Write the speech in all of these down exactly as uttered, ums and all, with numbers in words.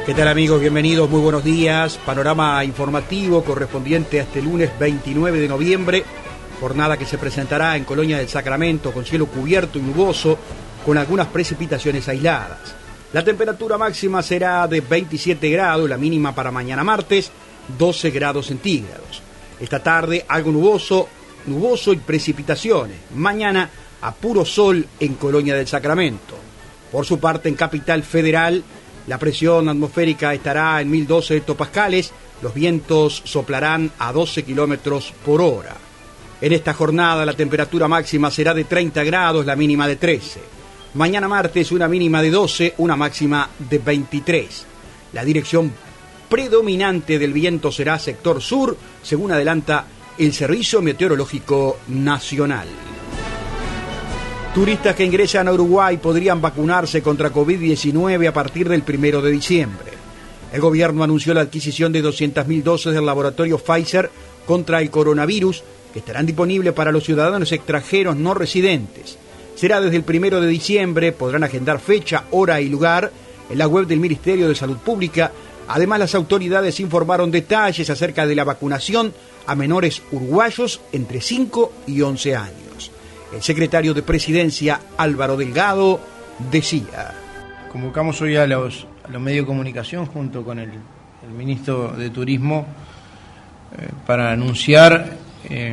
¿Qué tal, amigos? Bienvenidos, muy buenos días. Panorama informativo correspondiente a este lunes veintinueve de noviembre, jornada que se presentará en Colonia del Sacramento con cielo cubierto y nuboso, con algunas precipitaciones aisladas. La temperatura máxima será de veintisiete grados, la mínima para mañana martes, doce grados centígrados. Esta tarde algo nuboso, nuboso y precipitaciones. Mañana a puro sol en Colonia del Sacramento. Por su parte, en Capital Federal, la presión atmosférica estará en mil doce hectopascales, los vientos soplarán a doce kilómetros por hora. En esta jornada la temperatura máxima será de treinta grados, la mínima de trece. Mañana martes una mínima de doce, una máxima de veintitrés. La dirección predominante del viento será sector sur, según adelanta el Servicio Meteorológico Nacional. Turistas que ingresan a Uruguay podrían vacunarse contra COVID diecinueve a partir del primero de diciembre. El gobierno anunció la adquisición de doscientas mil dosis del laboratorio Pfizer contra el coronavirus, que estarán disponibles para los ciudadanos extranjeros no residentes. Será desde el primero de diciembre, podrán agendar fecha, hora y lugar en la web del Ministerio de Salud Pública. Además, las autoridades informaron detalles acerca de la vacunación a menores uruguayos entre cinco y once años. El secretario de Presidencia, Álvaro Delgado, decía: convocamos hoy a los, a los medios de comunicación junto con el, el ministro de Turismo eh, para anunciar eh,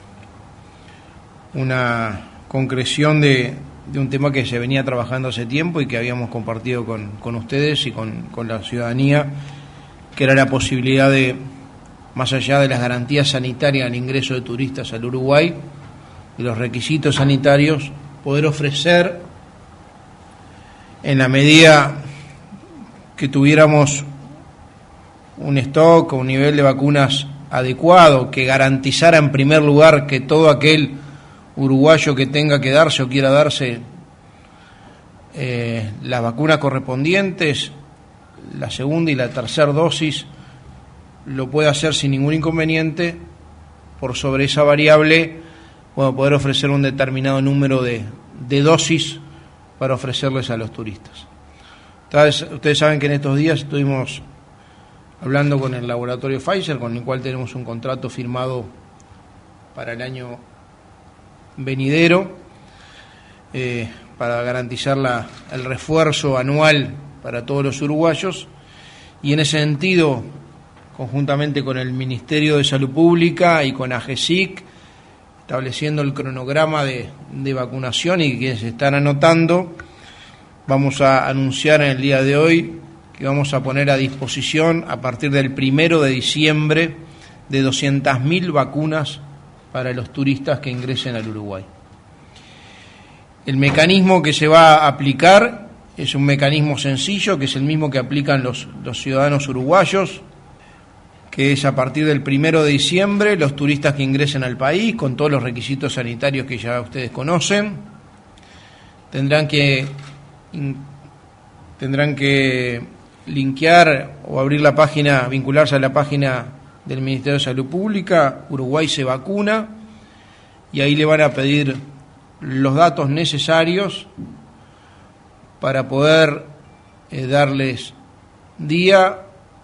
una concreción de, de un tema que se venía trabajando hace tiempo y que habíamos compartido con, con ustedes y con, con la ciudadanía, que era la posibilidad de, más allá de las garantías sanitarias al ingreso de turistas al Uruguay y los requisitos sanitarios, poder ofrecer, en la medida que tuviéramos un stock o un nivel de vacunas adecuado, que garantizara en primer lugar que todo aquel uruguayo que tenga que darse o quiera darse eh, las vacunas correspondientes, la segunda y la tercera dosis, lo puede hacer sin ningún inconveniente. Por sobre esa variable, bueno, poder ofrecer un determinado número de, de dosis para ofrecerles a los turistas. Entonces, ustedes saben que en estos días estuvimos hablando con el laboratorio Pfizer, con el cual tenemos un contrato firmado para el año venidero, eh, para garantizar la, el refuerzo anual para todos los uruguayos, y en ese sentido, conjuntamente con el Ministerio de Salud Pública y con AGESIC, estableciendo el cronograma de, de vacunación y que se están anotando, vamos a anunciar en el día de hoy que vamos a poner a disposición a partir del primero de diciembre de doscientas mil vacunas para los turistas que ingresen al Uruguay. El mecanismo que se va a aplicar es un mecanismo sencillo, que es el mismo que aplican los, los ciudadanos uruguayos, que es a partir del primero de diciembre, los turistas que ingresen al país, con todos los requisitos sanitarios que ya ustedes conocen, tendrán que, in, tendrán que linkear o abrir la página, vincularse a la página del Ministerio de Salud Pública, Uruguay se vacuna, y ahí le van a pedir los datos necesarios para poder eh, darles día,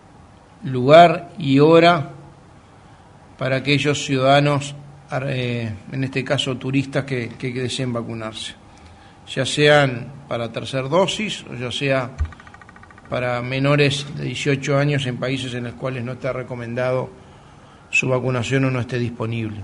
lugar y hora para aquellos ciudadanos, eh, en este caso turistas, que, que deseen vacunarse, ya sean para tercera dosis o ya sea para menores de dieciocho años en países en los cuales no está recomendado su vacunación o no esté disponible.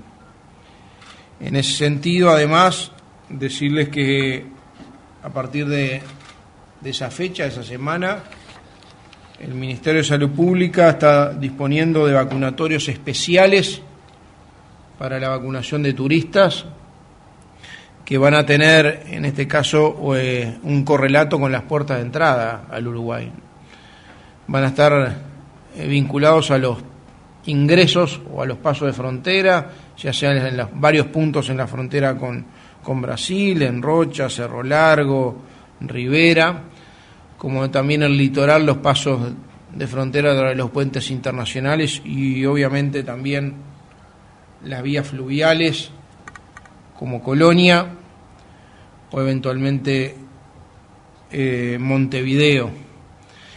En ese sentido, además, decirles que a partir de, de esa fecha, de esa semana, el Ministerio de Salud Pública está disponiendo de vacunatorios especiales para la vacunación de turistas, que van a tener, en este caso, eh, un correlato con las puertas de entrada al Uruguay. Van a estar eh, vinculados a los ingresos o a los pasos de frontera, ya sean en los varios puntos en la frontera con, con Brasil, en Rocha, Cerro Largo, Rivera, como también el litoral, los pasos de frontera de los puentes internacionales y obviamente también las vías fluviales como Colonia o eventualmente eh, Montevideo.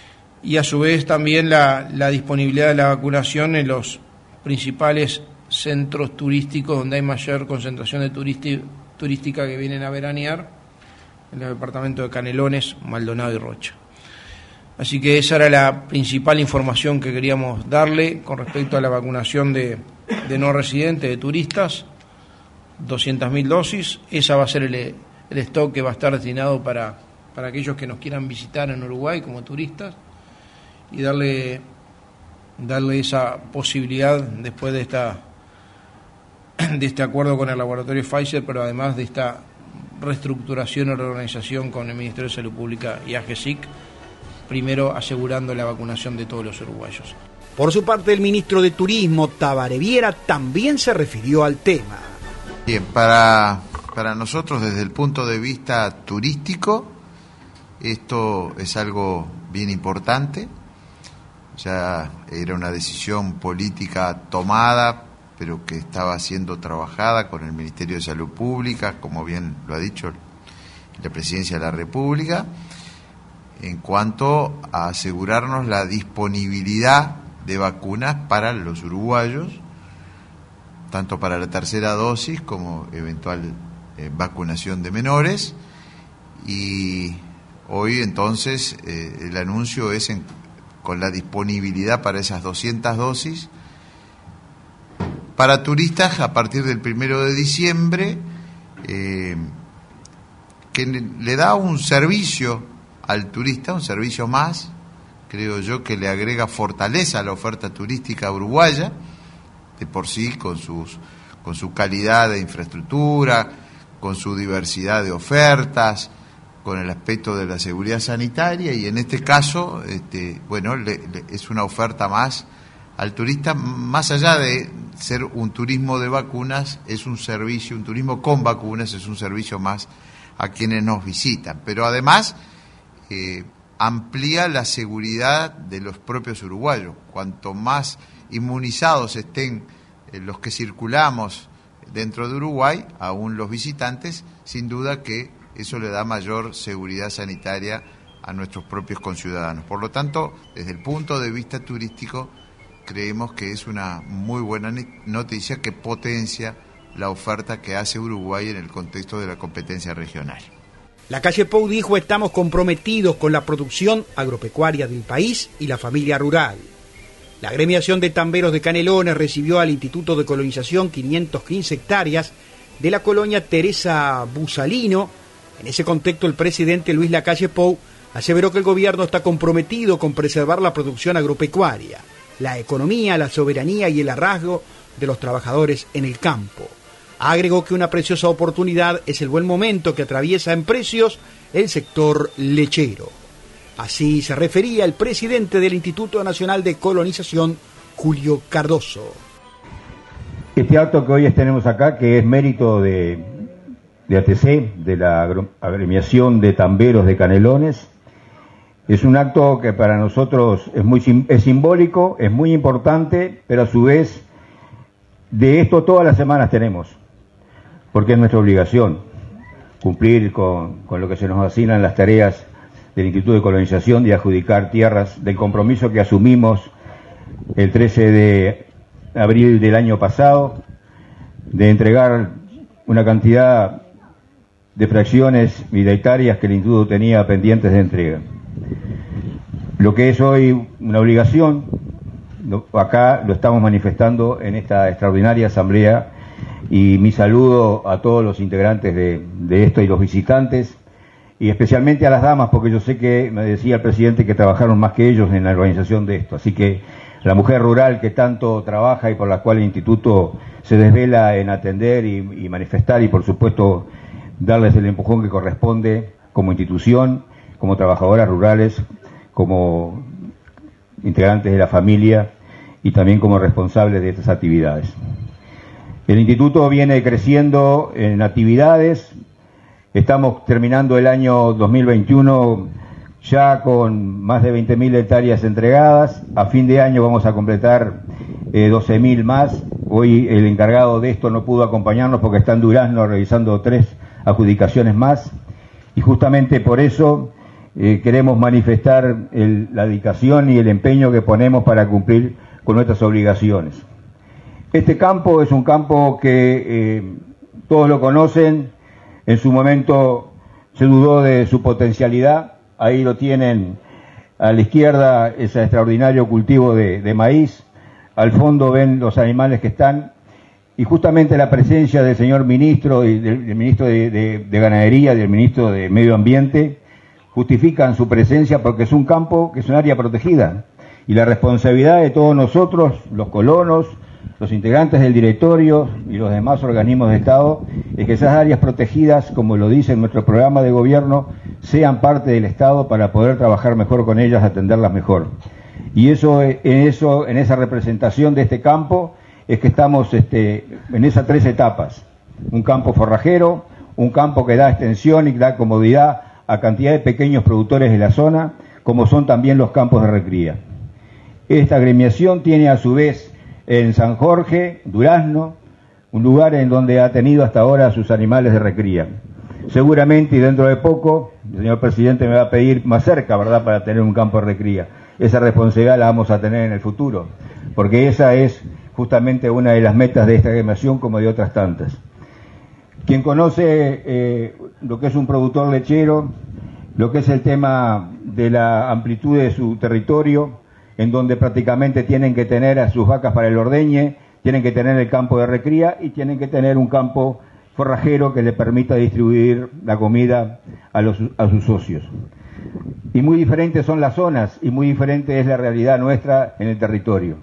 y a su vez también la, la disponibilidad de la vacunación en los principales centros turísticos donde hay mayor concentración de turisti, turística que vienen a veranear, en el departamento de Canelones, Maldonado y Rocha. Así que esa era la principal información que queríamos darle con respecto a la vacunación de, de no residentes, de turistas, doscientas mil dosis. Esa va a ser el, el stock que va a estar destinado para, para aquellos que nos quieran visitar en Uruguay como turistas y darle, darle esa posibilidad después de, esta, de este acuerdo con el laboratorio Pfizer, pero además de esta reestructuración o reorganización con el Ministerio de Salud Pública y A G S I C, primero asegurando la vacunación de todos los uruguayos. Por su parte, el ministro de Turismo, Tabaré Viera, también se refirió al tema. Bien, para, para nosotros desde el punto de vista turístico, esto es algo bien importante. Ya era una decisión política tomada, pero que estaba siendo trabajada con el Ministerio de Salud Pública, como bien lo ha dicho la Presidencia de la República, en cuanto a asegurarnos la disponibilidad de vacunas para los uruguayos, tanto para la tercera dosis como eventual eh, vacunación de menores. Y hoy entonces eh, el anuncio es en, con la disponibilidad para esas doscientas dosis para turistas a partir del primero de diciembre, eh, que le da un servicio al turista, un servicio más, creo yo, que le agrega fortaleza a la oferta turística uruguaya, de por sí, con sus con su calidad de infraestructura, con su diversidad de ofertas, con el aspecto de la seguridad sanitaria, y en este caso, este, bueno, le, le, es una oferta más al turista, más allá de ser un turismo de vacunas, es un servicio, un turismo con vacunas, es un servicio más a quienes nos visitan, pero además Eh, amplía la seguridad de los propios uruguayos. Cuanto más inmunizados estén eh, los que circulamos dentro de Uruguay, aún los visitantes, sin duda que eso le da mayor seguridad sanitaria a nuestros propios conciudadanos. Por lo tanto, desde el punto de vista turístico, creemos que es una muy buena noticia que potencia la oferta que hace Uruguay en el contexto de la competencia regional. La calle Pou dijo: estamos comprometidos con la producción agropecuaria del país y la familia rural. La agremiación de tamberos de Canelones recibió al Instituto de Colonización quinientas quince hectáreas de la colonia Teresa Busalino. En ese contexto, el presidente Luis Lacalle Pou aseveró que el gobierno está comprometido con preservar la producción agropecuaria, la economía, la soberanía y el arraigo de los trabajadores en el campo. Agregó que una preciosa oportunidad es el buen momento que atraviesa en precios el sector lechero. Así se refería el presidente del Instituto Nacional de Colonización, Julio Cardoso. Este acto que hoy tenemos acá, que es mérito de, de A T C, de la agremiación de tamberos de Canelones, es un acto que para nosotros es muy es simbólico, es muy importante, pero a su vez de esto todas las semanas tenemos, porque es nuestra obligación cumplir con, con lo que se nos asignan las tareas del Instituto de Colonización de adjudicar tierras, del compromiso que asumimos el trece de abril del año pasado, de entregar una cantidad de fracciones y de hectáreas que el Instituto tenía pendientes de entrega. Lo que es hoy una obligación, acá lo estamos manifestando en esta extraordinaria asamblea, y mi saludo a todos los integrantes de, de esto y los visitantes, y especialmente a las damas, porque yo sé que me decía el presidente que trabajaron más que ellos en la organización de esto, así que la mujer rural que tanto trabaja y por la cual el instituto se desvela en atender y, y manifestar, y por supuesto darles el empujón que corresponde como institución, como trabajadoras rurales, como integrantes de la familia y también como responsables de estas actividades. El instituto viene creciendo en actividades, estamos terminando el año dos mil veintiuno ya con más de veinte mil hectáreas entregadas, a fin de año vamos a completar eh, doce mil más. Hoy el encargado de esto no pudo acompañarnos porque está en Durazno revisando tres adjudicaciones más, y justamente por eso eh, queremos manifestar el, la dedicación y el empeño que ponemos para cumplir con nuestras obligaciones. Este campo es un campo que eh, todos lo conocen. En su momento se dudó de su potencialidad. Ahí lo tienen a la izquierda, ese extraordinario cultivo de, de maíz. Al fondo ven los animales que están. Y justamente la presencia del señor ministro y del, del ministro de, de, de Ganadería y del ministro de Medio Ambiente justifican su presencia porque es un campo que es un área protegida. Y la responsabilidad de todos nosotros, los colonos, los integrantes del directorio y los demás organismos de Estado, es que esas áreas protegidas, como lo dice nuestro programa de gobierno, sean parte del Estado para poder trabajar mejor con ellas, atenderlas mejor. Y eso, en eso, en esa representación de este campo, es que estamos este, en esas tres etapas. Un campo forrajero, un campo que da extensión y da comodidad a cantidad de pequeños productores de la zona, como son también los campos de recría. Esta agremiación tiene a su vez en San Jorge, Durazno, un lugar en donde ha tenido hasta ahora sus animales de recría. Seguramente y dentro de poco, el señor presidente me va a pedir más cerca, ¿verdad?, para tener un campo de recría. Esa responsabilidad la vamos a tener en el futuro, porque esa es justamente una de las metas de esta agremiación, como de otras tantas. Quien conoce eh, lo que es un productor lechero, lo que es el tema de la amplitud de su territorio, en donde prácticamente tienen que tener a sus vacas para el ordeñe, tienen que tener el campo de recría y tienen que tener un campo forrajero que le permita distribuir la comida a, los, a sus socios. Y muy diferentes son las zonas y muy diferente es la realidad nuestra en el territorio.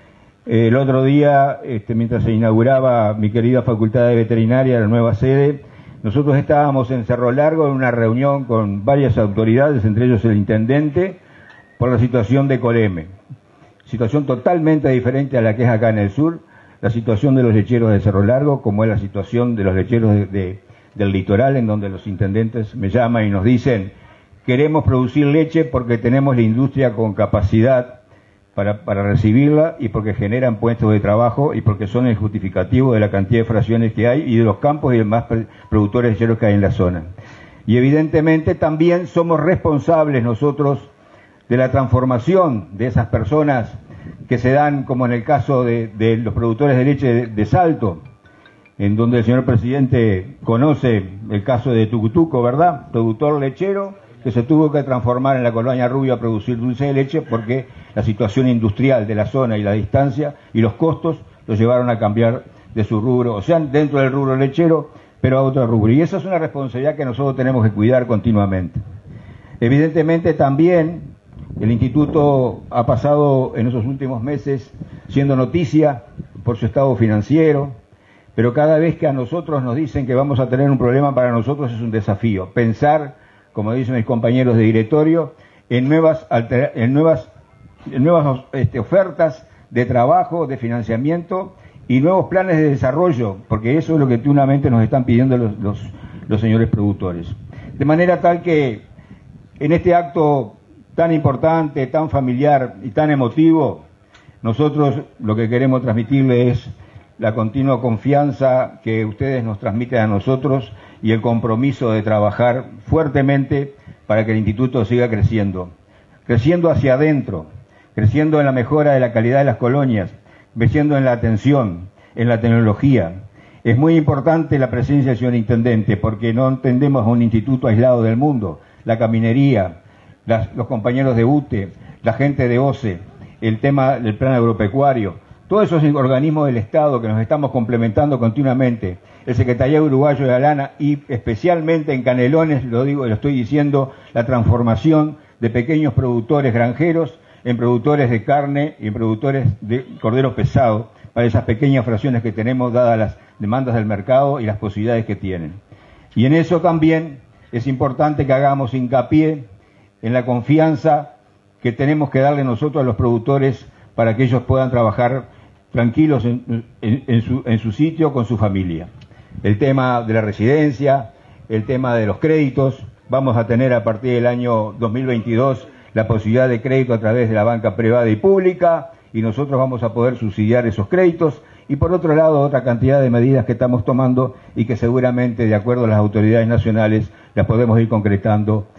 El otro día, este, mientras se inauguraba mi querida Facultad de Veterinaria, la nueva sede, nosotros estábamos en Cerro Largo en una reunión con varias autoridades, entre ellos el intendente, por la situación de Coleme. Situación totalmente diferente a la que es acá en el sur, la situación de los lecheros de Cerro Largo, como es la situación de los lecheros de, de, del litoral, en donde los intendentes me llaman y nos dicen: queremos producir leche porque tenemos la industria con capacidad para, para recibirla y porque generan puestos de trabajo y porque son el justificativo de la cantidad de fracciones que hay y de los campos y demás productores lecheros que hay en la zona. Y evidentemente también somos responsables nosotros de la transformación de esas personas que se dan, como en el caso de, de los productores de leche de, de Salto, en donde el señor presidente conoce el caso de Tucutuco, ¿verdad? Productor lechero que se tuvo que transformar en la colonia Rubio a producir dulce de leche porque la situación industrial de la zona y la distancia y los costos los llevaron a cambiar de su rubro, o sea, dentro del rubro lechero, pero a otro rubro. Y esa es una responsabilidad que nosotros tenemos que cuidar continuamente. Evidentemente también el instituto ha pasado en esos últimos meses siendo noticia por su estado financiero, pero cada vez que a nosotros nos dicen que vamos a tener un problema, para nosotros es un desafío. Pensar, como dicen mis compañeros de directorio, en nuevas, en nuevas, en nuevas este, ofertas de trabajo, de financiamiento y nuevos planes de desarrollo, porque eso es lo que últimamente nos están pidiendo los, los, los señores productores. De manera tal que en este acto tan importante, tan familiar y tan emotivo, nosotros lo que queremos transmitirle es la continua confianza que ustedes nos transmiten a nosotros y el compromiso de trabajar fuertemente para que el instituto siga creciendo, creciendo hacia adentro, creciendo en la mejora de la calidad de las colonias, creciendo en la atención, en la tecnología. Es muy importante la presencia del señor intendente porque no entendemos a un instituto aislado del mundo. La caminería, Las, los compañeros de U T E, la gente de O C E, el tema del plan agropecuario, todos esos organismos del Estado que nos estamos complementando continuamente, el Secretariado Uruguayo de la Lana y especialmente en Canelones, lo digo, lo estoy diciendo, la transformación de pequeños productores granjeros en productores de carne y en productores de corderos pesados para esas pequeñas fracciones que tenemos dadas las demandas del mercado y las posibilidades que tienen. Y en eso también es importante que hagamos hincapié en la confianza que tenemos que darle nosotros a los productores para que ellos puedan trabajar tranquilos en, en, en, su, en su sitio con su familia. El tema de la residencia, el tema de los créditos, vamos a tener a partir del año dos mil veintidós la posibilidad de crédito a través de la banca privada y pública y nosotros vamos a poder subsidiar esos créditos y por otro lado otra cantidad de medidas que estamos tomando y que seguramente de acuerdo a las autoridades nacionales las podemos ir concretando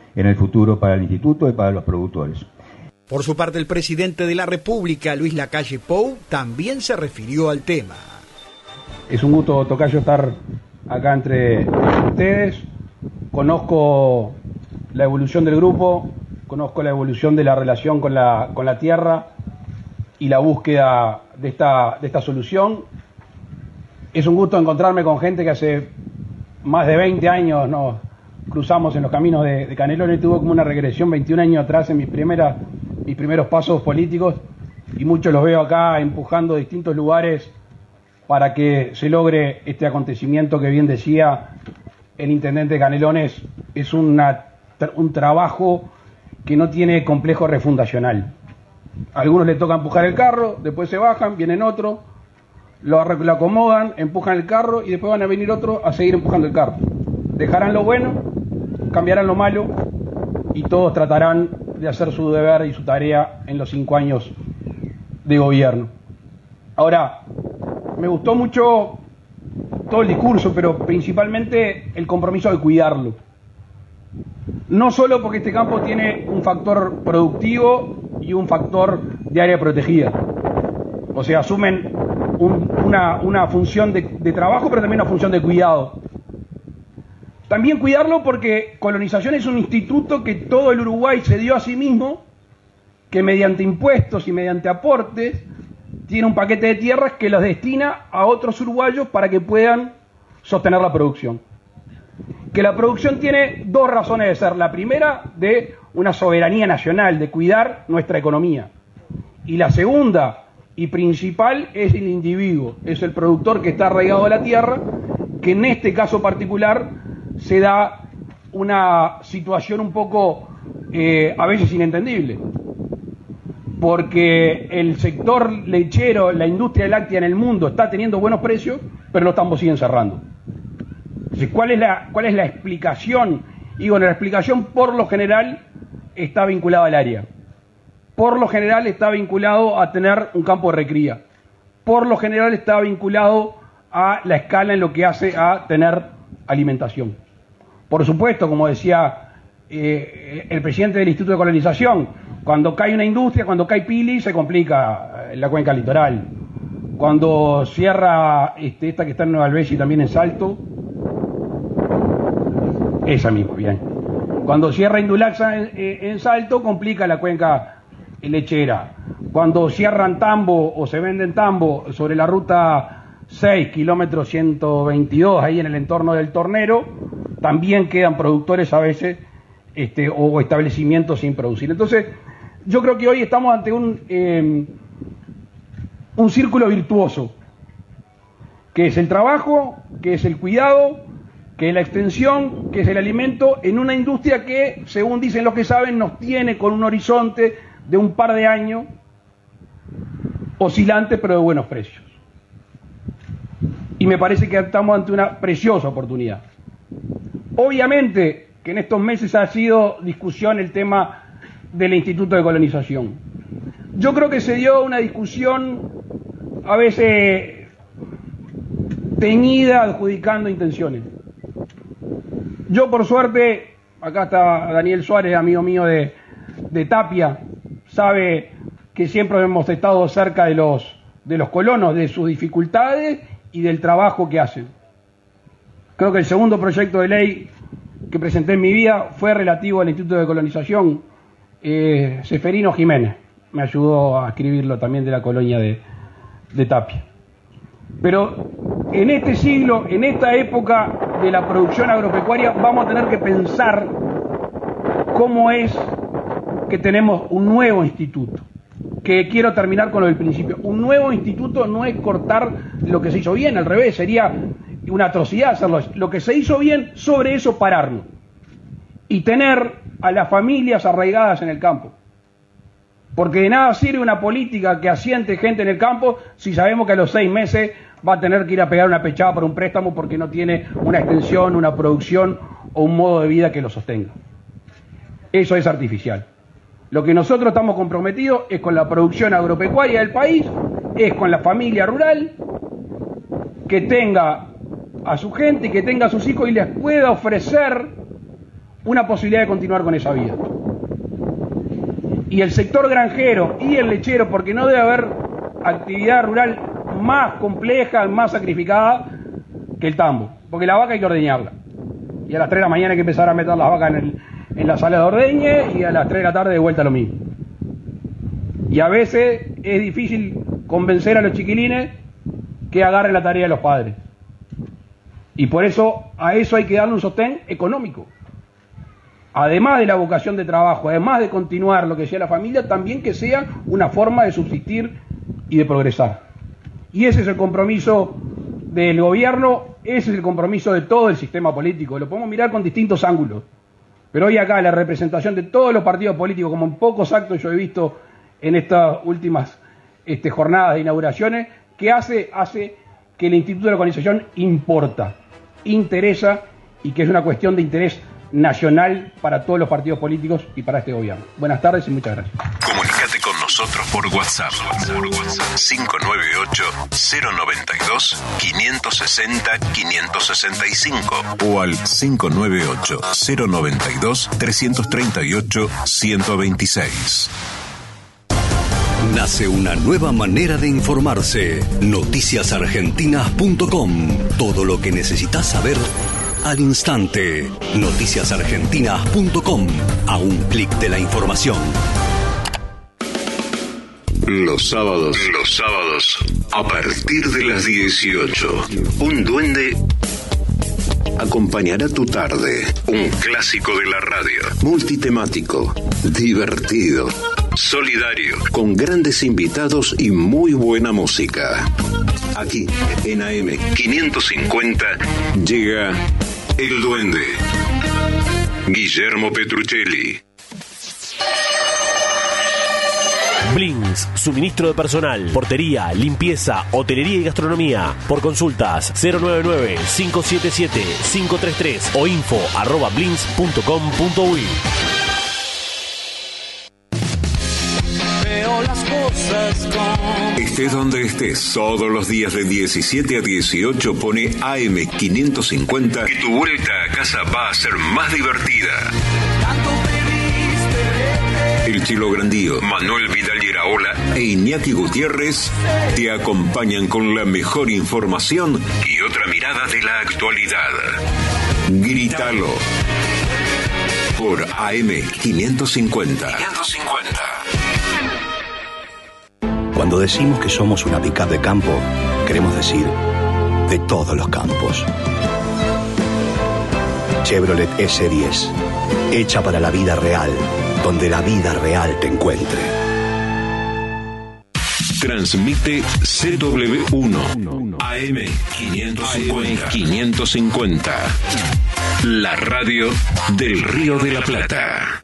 en el futuro para el instituto y para los productores. Por su parte, el presidente de la República, Luis Lacalle Pou, también se refirió al tema. Es un gusto, tocayo, estar acá entre ustedes. Conozco la evolución del grupo, conozco la evolución de la relación con la, con la tierra y la búsqueda de esta, de esta solución. Es un gusto encontrarme con gente que hace más de veinte años nos cruzamos en los caminos de, de Canelones. Tuve como una regresión veintiún años atrás en mis, primeras, mis primeros pasos políticos, y muchos los veo acá empujando distintos lugares para que se logre este acontecimiento que bien decía el intendente de Canelones. Es una, un trabajo que no tiene complejo refundacional. A algunos les toca empujar el carro, después se bajan, vienen otros, lo, lo acomodan, empujan el carro y después van a venir otros a seguir empujando el carro. Dejarán lo bueno, cambiarán lo malo y todos tratarán de hacer su deber y su tarea en los cinco años de gobierno. Ahora, me gustó mucho todo el discurso, pero principalmente el compromiso de cuidarlo. No solo porque este campo tiene un factor productivo y un factor de área protegida. O sea, asumen un, una, una función de, de trabajo, pero también una función de cuidado. También cuidarlo porque Colonización es un instituto que todo el Uruguay se dio a sí mismo, que mediante impuestos y mediante aportes tiene un paquete de tierras que los destina a otros uruguayos para que puedan sostener la producción. Que la producción tiene dos razones de ser. La primera, de una soberanía nacional, de cuidar nuestra economía. Y la segunda y principal es el individuo, es el productor que está arraigado a la tierra, que en este caso particular se da una situación un poco eh, a veces inentendible, porque el sector lechero, la industria láctea en el mundo está teniendo buenos precios, pero los tambos siguen cerrando. Entonces, ¿cuál es la, cuál es la explicación? Y bueno, la explicación por lo general está vinculada al área. Por lo general está vinculado a tener un campo de recría. Por lo general está vinculado a la escala en lo que hace a tener alimentación. Por supuesto, como decía eh, el presidente del Instituto de Colonización, cuando cae una industria, cuando cae Pili, se complica la cuenca litoral. Cuando cierra este, esta que está en Nueva Albesia y también en Salto, esa misma, bien. Cuando cierra Indulaxa en, en Salto, complica la cuenca lechera. Cuando cierran tambo o se venden tambo sobre la ruta seis, kilómetro ciento veintidós, ahí en el entorno del Tornero, también quedan productores a veces este, o establecimientos sin producir. Entonces, yo creo que hoy estamos ante un, eh, un círculo virtuoso, que es el trabajo, que es el cuidado, que es la extensión, que es el alimento, en una industria que, según dicen los que saben, nos tiene con un horizonte de un par de años, oscilante pero de buenos precios. Y me parece que estamos ante una preciosa oportunidad. Obviamente que en estos meses ha sido discusión el tema del Instituto de Colonización. Yo creo que se dio una discusión a veces teñida, adjudicando intenciones. Yo, por suerte, acá está Daniel Suárez, amigo mío de, de Tapia, sabe que siempre hemos estado cerca de los, de los colonos, de sus dificultades y del trabajo que hacen. Creo que el segundo proyecto de ley que presenté en mi vida fue relativo al Instituto de Colonización. Eh, Seferino Jiménez me ayudó a escribirlo, también de la colonia de, de Tapia. Pero en este siglo, en esta época de la producción agropecuaria, vamos a tener que pensar cómo es que tenemos un nuevo instituto. Que quiero terminar con lo del principio. Un nuevo instituto no es cortar lo que se hizo bien, al revés, sería una atrocidad hacerlo. Lo que se hizo bien, sobre eso pararnos. Y tener a las familias arraigadas en el campo. Porque de nada sirve una política que asiente gente en el campo si sabemos que a los seis meses va a tener que ir a pegar una pechada por un préstamo porque no tiene una extensión, una producción o un modo de vida que lo sostenga. Eso es artificial. Lo que nosotros estamos comprometidos es con la producción agropecuaria del país, es con la familia rural, que tenga a su gente, que tenga a sus hijos y les pueda ofrecer una posibilidad de continuar con esa vida. Y el sector granjero y el lechero, porque no debe haber actividad rural más compleja, más sacrificada que el tambo, porque la vaca hay que ordeñarla. Y a las tres de la mañana hay que empezar a meter las vacas en, el, en la sala de ordeñe, y a las tres de la tarde de vuelta lo mismo. Y a veces es difícil convencer a los chiquilines que agarren la tarea de los padres. Y por eso a eso hay que darle un sostén económico. Además de la vocación de trabajo, además de continuar lo que sea la familia, también que sea una forma de subsistir y de progresar. Y ese es el compromiso del gobierno, ese es el compromiso de todo el sistema político. Lo podemos mirar con distintos ángulos. Pero hoy acá la representación de todos los partidos políticos, como en pocos actos yo he visto en estas últimas este, jornadas de inauguraciones, que hace, hace que el Instituto de la Colonización importa, interesa, y que es una cuestión de interés nacional para todos los partidos políticos y para este gobierno. Buenas tardes y muchas gracias. Comunicate con nosotros por WhatsApp. cinco nueve ocho, cero nueve dos, cinco seis cero, cinco seis cinco o al cinco nueve ocho, cero nueve dos, tres tres ocho, uno dos seis. Nace una nueva manera de informarse. noticias argentinas punto com. Todo lo que necesitas saber al instante. noticias argentinas punto com. A un clic de la información. Los sábados, los sábados, a partir de las dieciocho, un duende acompañará tu tarde. Un clásico de la radio, multitemático, divertido, solidario, con grandes invitados y muy buena música. Aquí, en A M quinientos cincuenta, llega El Duende. Guillermo Petruccelli. Blins, suministro de personal, portería, limpieza, hotelería y gastronomía. Por consultas cero nueve nueve, cinco siete siete, cinco tres tres o info arroba blins punto com punto uy. Estés donde estés, todos los días de diecisiete a dieciocho pone A M quinientos cincuenta y tu vuelta a casa va a ser más divertida. El Chilo Grandío, Manuel Vidal Iraola e Iñaki Gutiérrez te acompañan con la mejor información y otra mirada de la actualidad. Grítalo por A M quinientos cincuenta. Cuando decimos que somos una pick-up de campo, queremos decir de todos los campos. Chevrolet ese diez, hecha para la vida real, donde la vida real te encuentre. Transmite C W uno, A M quinientos cincuenta, la radio del Río de la Plata.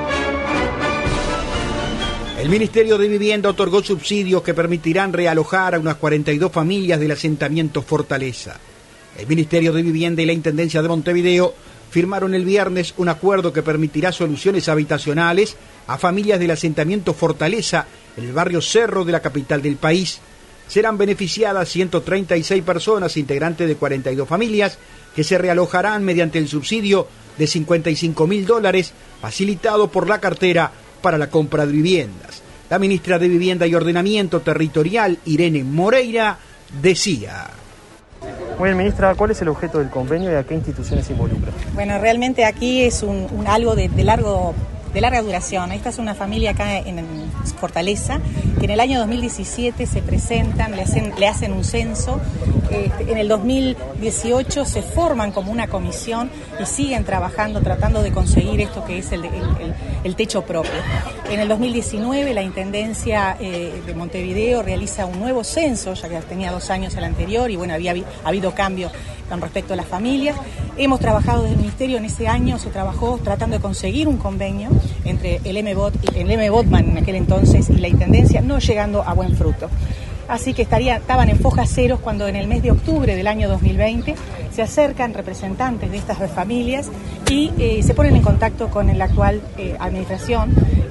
El Ministerio de Vivienda otorgó subsidios que permitirán realojar a unas cuarenta y dos familias del asentamiento Fortaleza. El Ministerio de Vivienda y la Intendencia de Montevideo firmaron el viernes un acuerdo que permitirá soluciones habitacionales a familias del asentamiento Fortaleza en el barrio Cerro de la capital del país. Serán beneficiadas ciento treinta y seis personas integrantes de cuarenta y dos familias que se realojarán mediante el subsidio de cincuenta y cinco mil dólares facilitado por la cartera para la compra de viviendas. La ministra de Vivienda y Ordenamiento Territorial, Irene Moreira, decía: Muy bien, ministra, ¿cuál es el objeto del convenio y a qué instituciones se involucra? Bueno, realmente aquí es un, un algo de, de largo de larga duración. Esta es una familia acá en, en Fortaleza que en el año dos mil diecisiete se presentan, le hacen, le hacen un censo. Eh, en el dos mil dieciocho se forman como una comisión y siguen trabajando, tratando de conseguir esto que es el, el, el, el techo propio. En el dos mil diecinueve la Intendencia eh, de Montevideo realiza un nuevo censo, ya que tenía dos años el anterior y bueno, había ha habido cambio con respecto a las familias. Hemos trabajado desde el Ministerio, en ese año se trabajó tratando de conseguir un convenio entre el M B O T y el M B O T M A N en aquel entonces y la Intendencia, no llegando a buen fruto. Así que estaría, estaban en fojas ceros cuando en el mes de octubre del año dos mil veinte se acercan representantes de estas familias y eh, se ponen en contacto con la actual eh, administración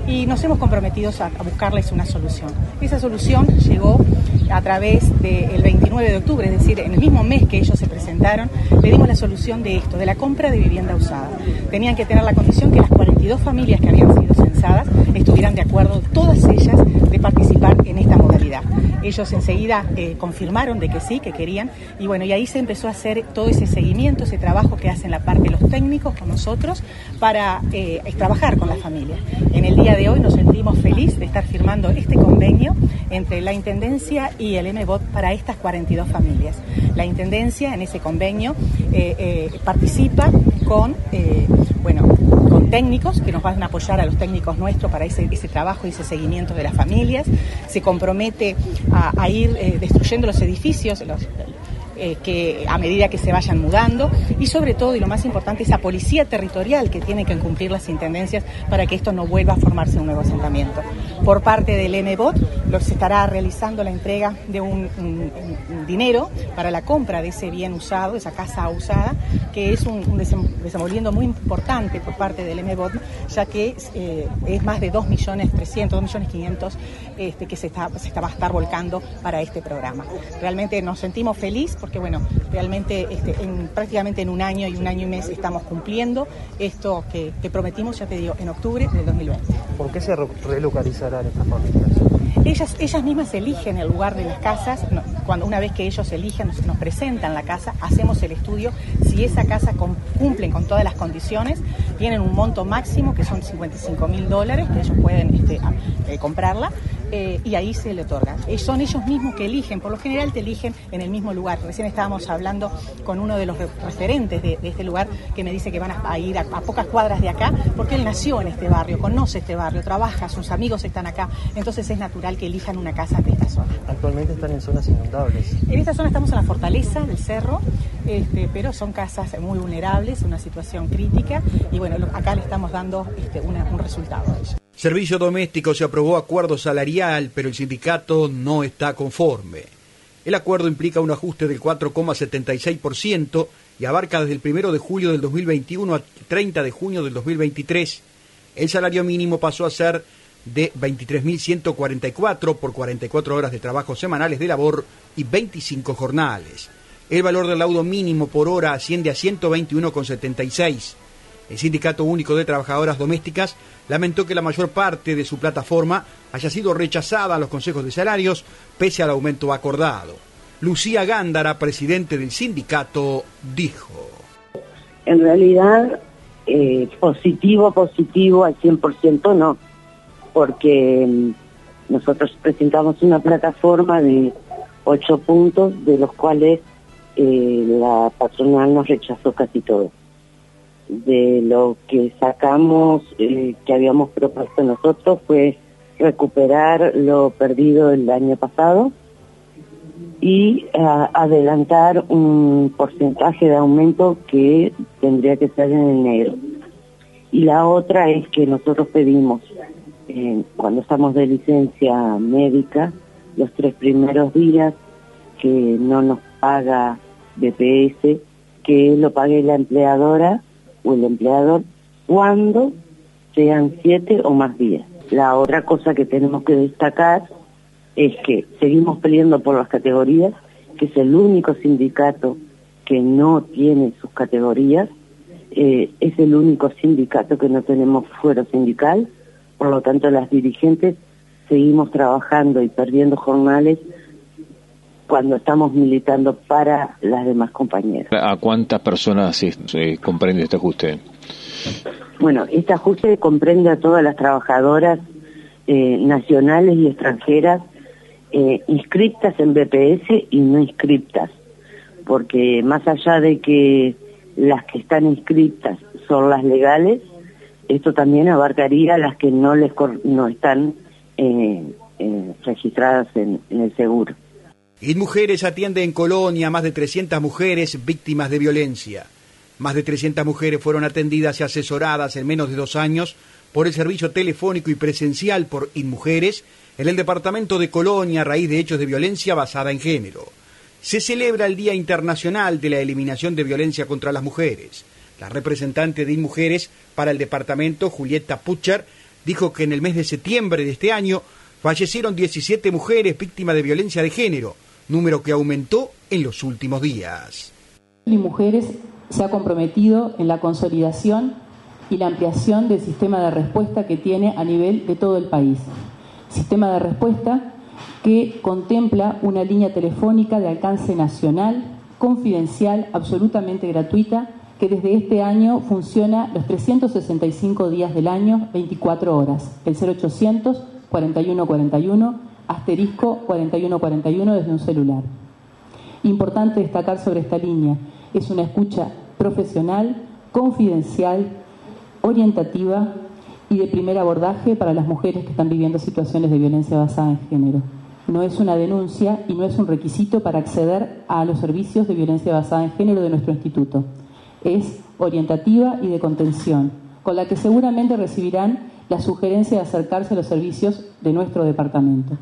y nos hemos comprometido a, a buscarles una solución. Esa solución llegó a través del veintinueve de octubre, es decir, en el mismo mes que ellos se presentaron, le dimos la solución de esto, de la compra de vivienda usada. Tenían que tener la condición que las cuarenta y dos familias que habían sido censadas estuvieran de acuerdo, todas ellas, de participar en esta modalidad. Ellos enseguida eh, confirmaron de que sí, que querían, y bueno, y ahí se empezó a hacer todo ese seguimiento, ese trabajo que hacen la parte de los técnicos con nosotros para eh, trabajar con las familias. En el día de hoy nos sentimos felices de estar firmando este convenio entre la Intendencia y el M B O T para estas cuarenta y dos familias. La Intendencia en ese convenio eh, eh, participa con, eh, bueno, con técnicos que nos van a apoyar a los técnicos nuestros para ese, ese trabajo y ese seguimiento de las familias. Se compromete a, a ir eh, destruyendo los edificios, los, eh, que a medida que se vayan mudando, y sobre todo, y lo más importante, esa policía territorial que tiene que cumplir las intendencias para que esto no vuelva a formarse un nuevo asentamiento. Por parte del M B O T, lo se estará realizando la entrega de un, un, un dinero para la compra de ese bien usado, esa casa usada, que es un, un desenvolviendo muy importante por parte del M B O T, ya que eh, es más de dos millones trescientos, dos millones quinientos este, que se, está, se está, va a estar volcando para este programa. Realmente nos sentimos felices porque, bueno, realmente este, en, prácticamente en un año y un año y mes estamos cumpliendo esto que, que prometimos, ya te digo, en octubre del dos mil veinte. ¿Por qué se relocalizarán estas familias? Ellas, ellas mismas eligen el lugar de las casas. No, cuando una vez que ellos eligen, nos, nos presentan la casa, hacemos el estudio. Si esa casa con, cumplen con todas las condiciones, tienen un monto máximo que son cincuenta y cinco mil dólares, que ellos pueden este, a, eh, comprarla. Eh, y ahí se le otorga. Eh, son ellos mismos que eligen, por lo general te eligen en el mismo lugar. Recién estábamos hablando con uno de los re referentes de, de este lugar que me dice que van a, a ir a, a pocas cuadras de acá porque él nació en este barrio, conoce este barrio, trabaja, sus amigos están acá, entonces es natural que elijan una casa de esta zona. Actualmente están en zonas inundables. En esta zona estamos en la fortaleza del cerro, este, pero son casas muy vulnerables, una situación crítica, y bueno, acá le estamos dando este, una, un resultado a ello. Servicio doméstico, se aprobó acuerdo salarial, pero el sindicato no está conforme. El acuerdo implica un ajuste del cuatro coma setenta y seis por ciento y abarca desde el primero de julio del dos mil veintiuno a treinta de junio del dos mil veintitrés. El salario mínimo pasó a ser de veintitrés mil ciento cuarenta y cuatro por cuarenta y cuatro horas de trabajo semanales de labor y veinticinco jornales. El valor del laudo mínimo por hora asciende a ciento veintiuno coma setenta y seis. El Sindicato Único de Trabajadoras Domésticas lamentó que la mayor parte de su plataforma haya sido rechazada a los consejos de salarios pese al aumento acordado. Lucía Gándara, presidente del sindicato, dijo: En realidad, eh, positivo, positivo al cien por ciento no, porque eh, nosotros presentamos una plataforma de ocho puntos, de los cuales eh, la patronal nos rechazó casi todo. De lo que sacamos, eh, que habíamos propuesto nosotros, fue recuperar lo perdido el año pasado y uh, adelantar un porcentaje de aumento que tendría que ser en enero. Y la otra es que nosotros pedimos, eh, cuando estamos de licencia médica, los tres primeros días que no nos paga B P S, que lo pague la empleadora o el empleador cuando sean siete o más días. La otra cosa que tenemos que destacar es que seguimos peleando por las categorías, que es el único sindicato que no tiene sus categorías, eh, es el único sindicato que no tenemos fuero sindical, por lo tanto las dirigentes seguimos trabajando y perdiendo jornales cuando estamos militando para las demás compañeras. ¿A cuántas personas eh, comprende este ajuste? Bueno, este ajuste comprende a todas las trabajadoras eh, nacionales y extranjeras eh, inscriptas en B P S y no inscriptas, porque más allá de que las que están inscriptas son las legales, esto también abarcaría a las que no les no están eh, eh, registradas en, en el seguro. InMujeres atiende en Colonia a más de trescientas mujeres víctimas de violencia. Más de trescientas mujeres fueron atendidas y asesoradas en menos de dos años por el servicio telefónico y presencial por InMujeres en el departamento de Colonia a raíz de hechos de violencia basada en género. Se celebra el Día Internacional de la Eliminación de Violencia contra las Mujeres. La representante de InMujeres para el departamento, Julieta Pucher, dijo que en el mes de septiembre de este año fallecieron diecisiete mujeres víctimas de violencia de género, número que aumentó en los últimos días. Y Mujeres se ha comprometido en la consolidación y la ampliación del sistema de respuesta que tiene a nivel de todo el país. Sistema de respuesta que contempla una línea telefónica de alcance nacional, confidencial, absolutamente gratuita, que desde este año funciona los trescientos sesenta y cinco días del año, veinticuatro horas. El cero ochocientos, cuarenta y uno cuarenta y uno, asterisco cuarenta y uno cuarenta y uno desde un celular. Importante destacar sobre esta línea, es una escucha profesional, confidencial, orientativa y de primer abordaje para las mujeres que están viviendo situaciones de violencia basada en género. No es una denuncia y no es un requisito para acceder a los servicios de violencia basada en género de nuestro instituto. Es orientativa y de contención, con la que seguramente recibirán la sugerencia de acercarse a los servicios de nuestro departamento.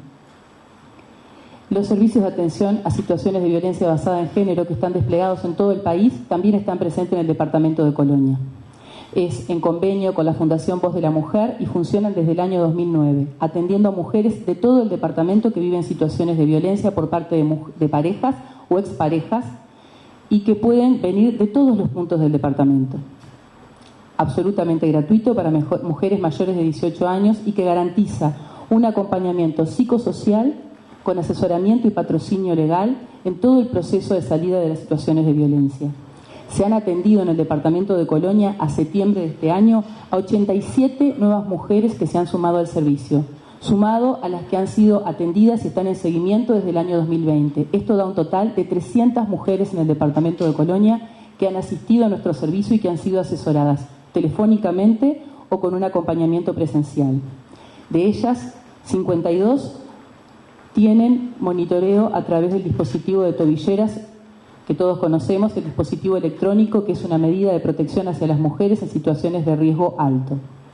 Los servicios de atención a situaciones de violencia basada en género que están desplegados en todo el país también están presentes en el departamento de Colonia. Es en convenio con la Fundación Voz de la Mujer y funcionan desde el año dos mil nueve, atendiendo a mujeres de todo el departamento que viven situaciones de violencia por parte de, de parejas o exparejas y que pueden venir de todos los puntos del departamento. Absolutamente gratuito para mejor, mujeres mayores de dieciocho años y que garantiza un acompañamiento psicosocial con asesoramiento y patrocinio legal en todo el proceso de salida de las situaciones de violencia. Se han atendido en el departamento de Colonia a septiembre de este año a ochenta y siete nuevas mujeres que se han sumado al servicio, sumado a las que han sido atendidas y están en seguimiento desde el año dos mil veinte. Esto da un total de trescientas mujeres en el departamento de Colonia que han asistido a nuestro servicio y que han sido asesoradas telefónicamente o con un acompañamiento presencial. De ellas, cincuenta y dos tienen monitoreo a través del dispositivo de tobilleras que todos conocemos, el dispositivo electrónico, que es una medida de protección hacia las mujeres en situaciones de riesgo alto.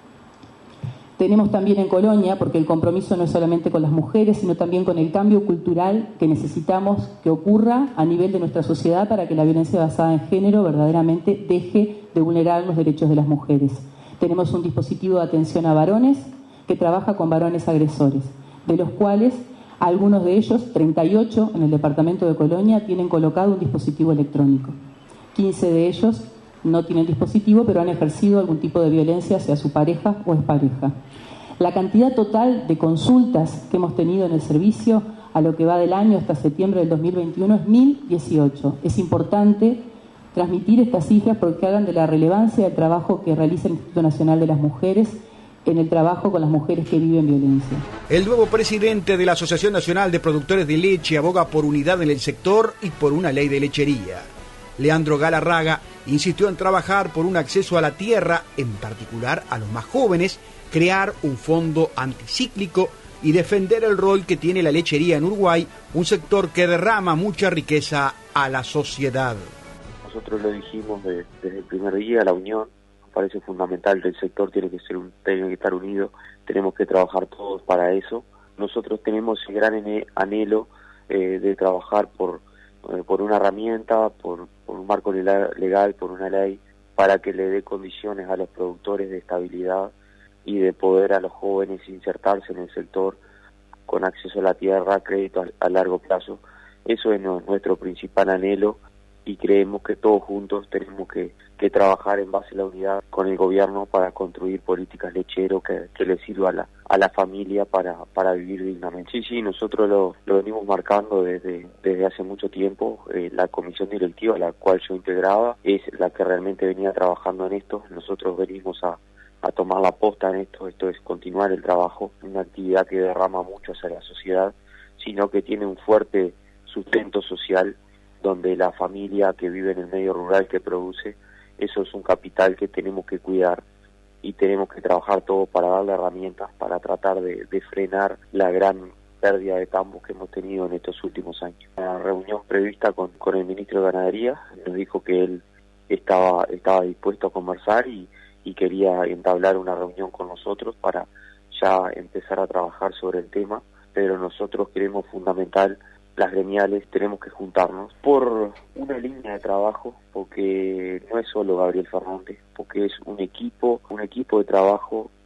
Tenemos también en Colonia, porque el compromiso no es solamente con las mujeres, sino también con el cambio cultural que necesitamos que ocurra a nivel de nuestra sociedad para que la violencia basada en género verdaderamente deje de vulnerar los derechos de las mujeres. Tenemos un dispositivo de atención a varones que trabaja con varones agresores, de los cuales algunos de ellos, treinta y ocho en el departamento de Colonia, tienen colocado un dispositivo electrónico. quince de ellos no tienen dispositivo, pero han ejercido algún tipo de violencia hacia su pareja o expareja. La cantidad total de consultas que hemos tenido en el servicio a lo que va del año hasta septiembre del dos mil veintiuno es mil dieciocho. Es importante transmitir estas cifras porque hagan de la relevancia del trabajo que realiza el Instituto Nacional de las Mujeres en el trabajo con las mujeres que viven violencia. El nuevo presidente de la Asociación Nacional de Productores de Leche aboga por unidad en el sector y por una ley de lechería. Leandro Galarraga insistió en trabajar por un acceso a la tierra, en particular a los más jóvenes, crear un fondo anticíclico y defender el rol que tiene la lechería en Uruguay, un sector que derrama mucha riqueza a la sociedad. Nosotros lo dijimos de, desde el primer día, la unión parece fundamental del sector, tiene que ser un, tiene que estar unido, tenemos que trabajar todos para eso. Nosotros tenemos el gran anhelo eh, de trabajar por, eh, por una herramienta, por, por un marco legal, por una ley, para que le dé condiciones a los productores de estabilidad y de poder a los jóvenes insertarse en el sector con acceso a la tierra, crédito a, a largo plazo. Eso es no, nuestro principal anhelo y creemos que todos juntos tenemos que, que trabajar en base a la unidad con el gobierno para construir políticas lecheros que, que le sirva a la, a la familia para, para vivir dignamente. Sí, sí, nosotros lo, lo venimos marcando desde, desde hace mucho tiempo. Eh, la comisión directiva a la cual yo integraba es la que realmente venía trabajando en esto. Nosotros venimos a, a tomar la posta en esto, esto es continuar el trabajo, una actividad que derrama mucho hacia la sociedad, sino que tiene un fuerte sustento social donde la familia que vive en el medio rural que produce, eso es un capital que tenemos que cuidar y tenemos que trabajar todo para darle herramientas para tratar de, de frenar la gran pérdida de tambos que hemos tenido en estos últimos años. Una reunión prevista con, con el ministro de Ganadería, nos dijo que él estaba, estaba dispuesto a conversar y, y quería entablar una reunión con nosotros para ya empezar a trabajar sobre el tema, pero nosotros creemos fundamental las gremiales, tenemos que juntarnos por una línea de trabajo, porque no es solo Gabriel Fernández, porque es un equipo, un equipo de trabajo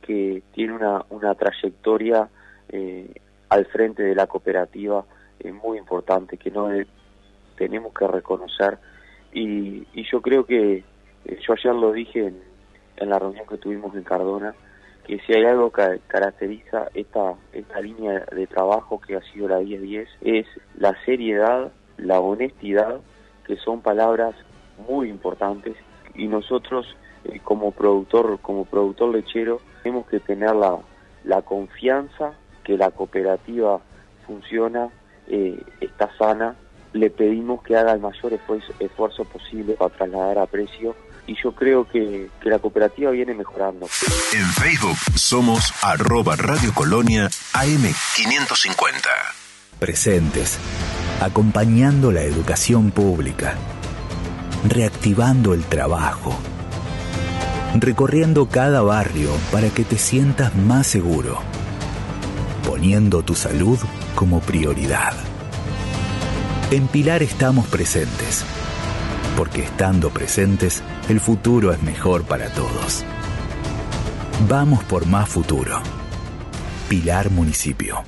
que tiene una, una trayectoria eh, al frente de la cooperativa eh, muy importante, que no es, tenemos que reconocer. Y, y yo creo que, eh, yo ayer lo dije en, en la reunión que tuvimos en Cardona, que si hay algo que caracteriza esta, esta línea de trabajo que ha sido la diez diez, es la seriedad, la honestidad, que son palabras muy importantes, y nosotros eh, como productor como productor lechero tenemos que tener la, la confianza que la cooperativa funciona, eh, está sana. Le pedimos que haga el mayor esfuerzo, esfuerzo posible para trasladar a precio, y yo creo que, que la cooperativa viene mejorando. En Facebook somos arroba Radio Colonia A M quinientos cincuenta. Presentes, acompañando la educación pública, reactivando el trabajo, recorriendo cada barrio para que te sientas más seguro, poniendo tu salud como prioridad. En Pilar estamos presentes, porque estando presentes, el futuro es mejor para todos. Vamos por más futuro. Pilar Municipio.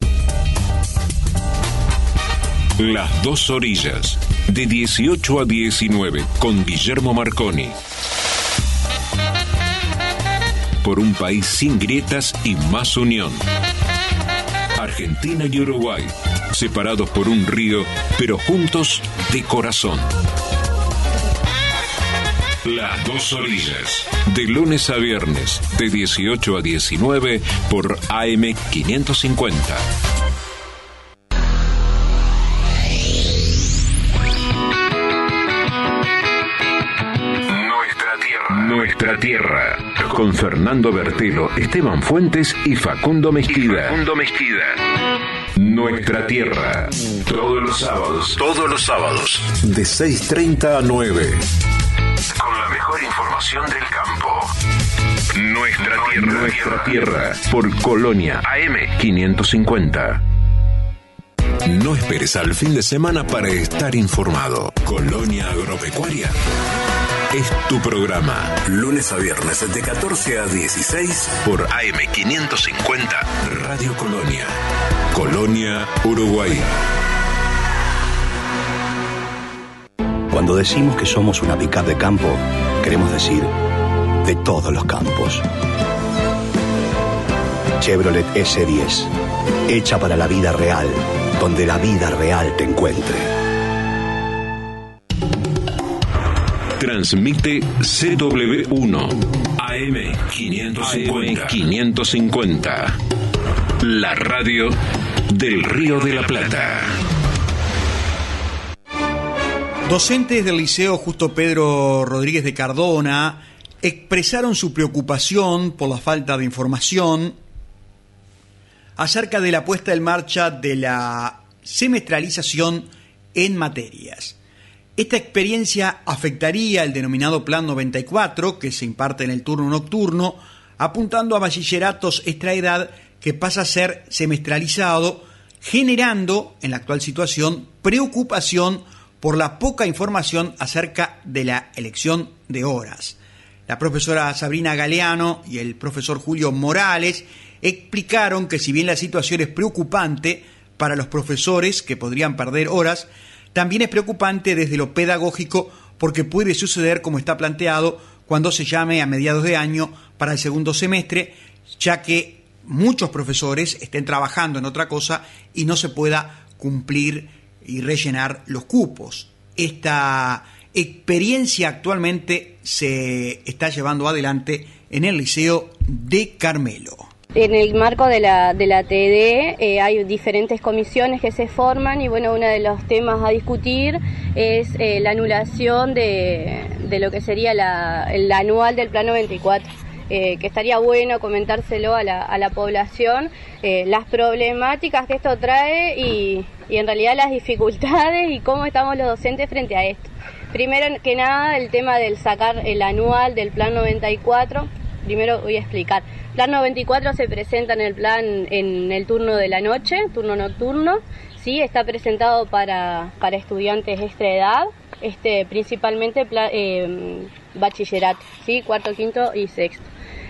Las dos orillas, de dieciocho a diecinueve, con Guillermo Marconi. Por un país sin grietas y más unión. Argentina y Uruguay, separados por un río, pero juntos de corazón. Las dos orillas, de lunes a viernes, de dieciocho a diecinueve, por A M quinientos cincuenta. Nuestra Tierra, con Fernando Bertelo, Esteban Fuentes y Facundo Mezquida. Facundo Mezquida. Nuestra Tierra, todos los sábados, todos los sábados, de seis treinta a nueve, con la mejor información del campo. Nuestra Tierra, Nuestra Tierra, por Colonia A M quinientos cincuenta. No esperes al fin de semana para estar informado. Colonia Agropecuaria es tu programa. Lunes a viernes de catorce a dieciséis por A M quinientos cincuenta Radio Colonia. Colonia, Uruguay. Cuando decimos que somos una pick-up de campo, queremos decir de todos los campos. Chevrolet ese diez, hecha para la vida real, donde la vida real te encuentre. Transmite C W uno A M quinientos cincuenta, la radio del Río de la Plata. Docentes del Liceo Justo Pedro Rodríguez de Cardona expresaron su preocupación por la falta de información acerca de la puesta en marcha de la semestralización en materias. Esta experiencia afectaría el denominado Plan noventa y cuatro, que se imparte en el turno nocturno, apuntando a bachilleratos extraedad que pasa a ser semestralizado, generando, en la actual situación, preocupación por la poca información acerca de la elección de horas. La profesora Sabrina Galeano y el profesor Julio Morales explicaron que si bien la situación es preocupante para los profesores que podrían perder horas, también es preocupante desde lo pedagógico porque puede suceder como está planteado cuando se llame a mediados de año para el segundo semestre, ya que muchos profesores estén trabajando en otra cosa y no se pueda cumplir y rellenar los cupos. Esta experiencia actualmente se está llevando adelante en el Liceo de Carmelo. En el marco de la, de la T D eh, hay diferentes comisiones que se forman y bueno, uno de los temas a discutir es eh, la anulación de, de lo que sería la, el anual del Plan noventa y cuatro. Eh, que estaría bueno comentárselo a la, a la población, eh, las problemáticas que esto trae y, y en realidad las dificultades y cómo estamos los docentes frente a esto. Primero que nada, el tema del sacar el anual del Plan noventa y cuatro. Primero voy a explicar. Plan noventa y cuatro se presenta en el plan en el turno de la noche, turno nocturno. Sí, está presentado para, para estudiantes extra edad, este, principalmente eh, bachillerato, sí, cuarto, quinto y sexto.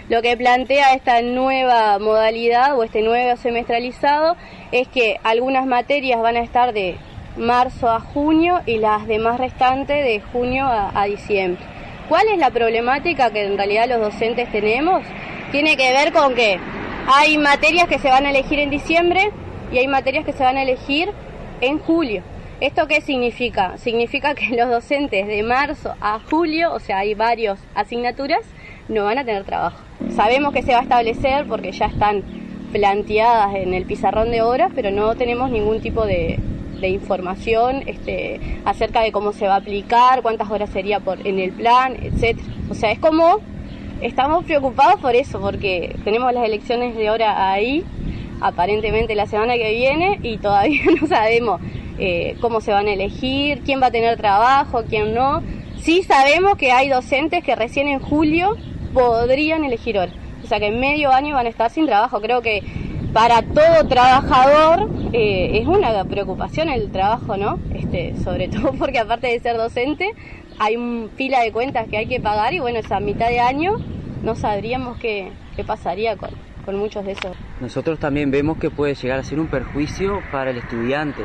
Lo que plantea esta nueva modalidad o este nuevo semestralizado es que algunas materias van a estar de marzo a junio y las demás restantes de junio a, a diciembre. ¿Cuál es la problemática que en realidad los docentes tenemos? Tiene que ver con que hay materias que se van a elegir en diciembre y hay materias que se van a elegir en julio. ¿Esto qué significa? Significa que los docentes de marzo a julio, o sea, hay varias asignaturas, no van a tener trabajo. Sabemos que se va a establecer porque ya están planteadas en el pizarrón de horas, pero no tenemos ningún tipo de, de información este, acerca de cómo se va a aplicar, cuántas horas sería por en el plan, etcétera. O sea, es como, estamos preocupados por eso, porque tenemos las elecciones de hora ahí, aparentemente la semana que viene, y todavía no sabemos eh, cómo se van a elegir, quién va a tener trabajo, quién no. Sí sabemos que hay docentes que recién en julio podrían elegir hora, o sea que en medio año van a estar sin trabajo. Creo que para todo trabajador eh, es una preocupación el trabajo, ¿no? Este, sobre todo porque aparte de ser docente hay un pila de cuentas que hay que pagar y bueno, esa mitad de año no sabríamos qué, qué pasaría con, con muchos de esos. Nosotros también vemos que puede llegar a ser un perjuicio para el estudiante,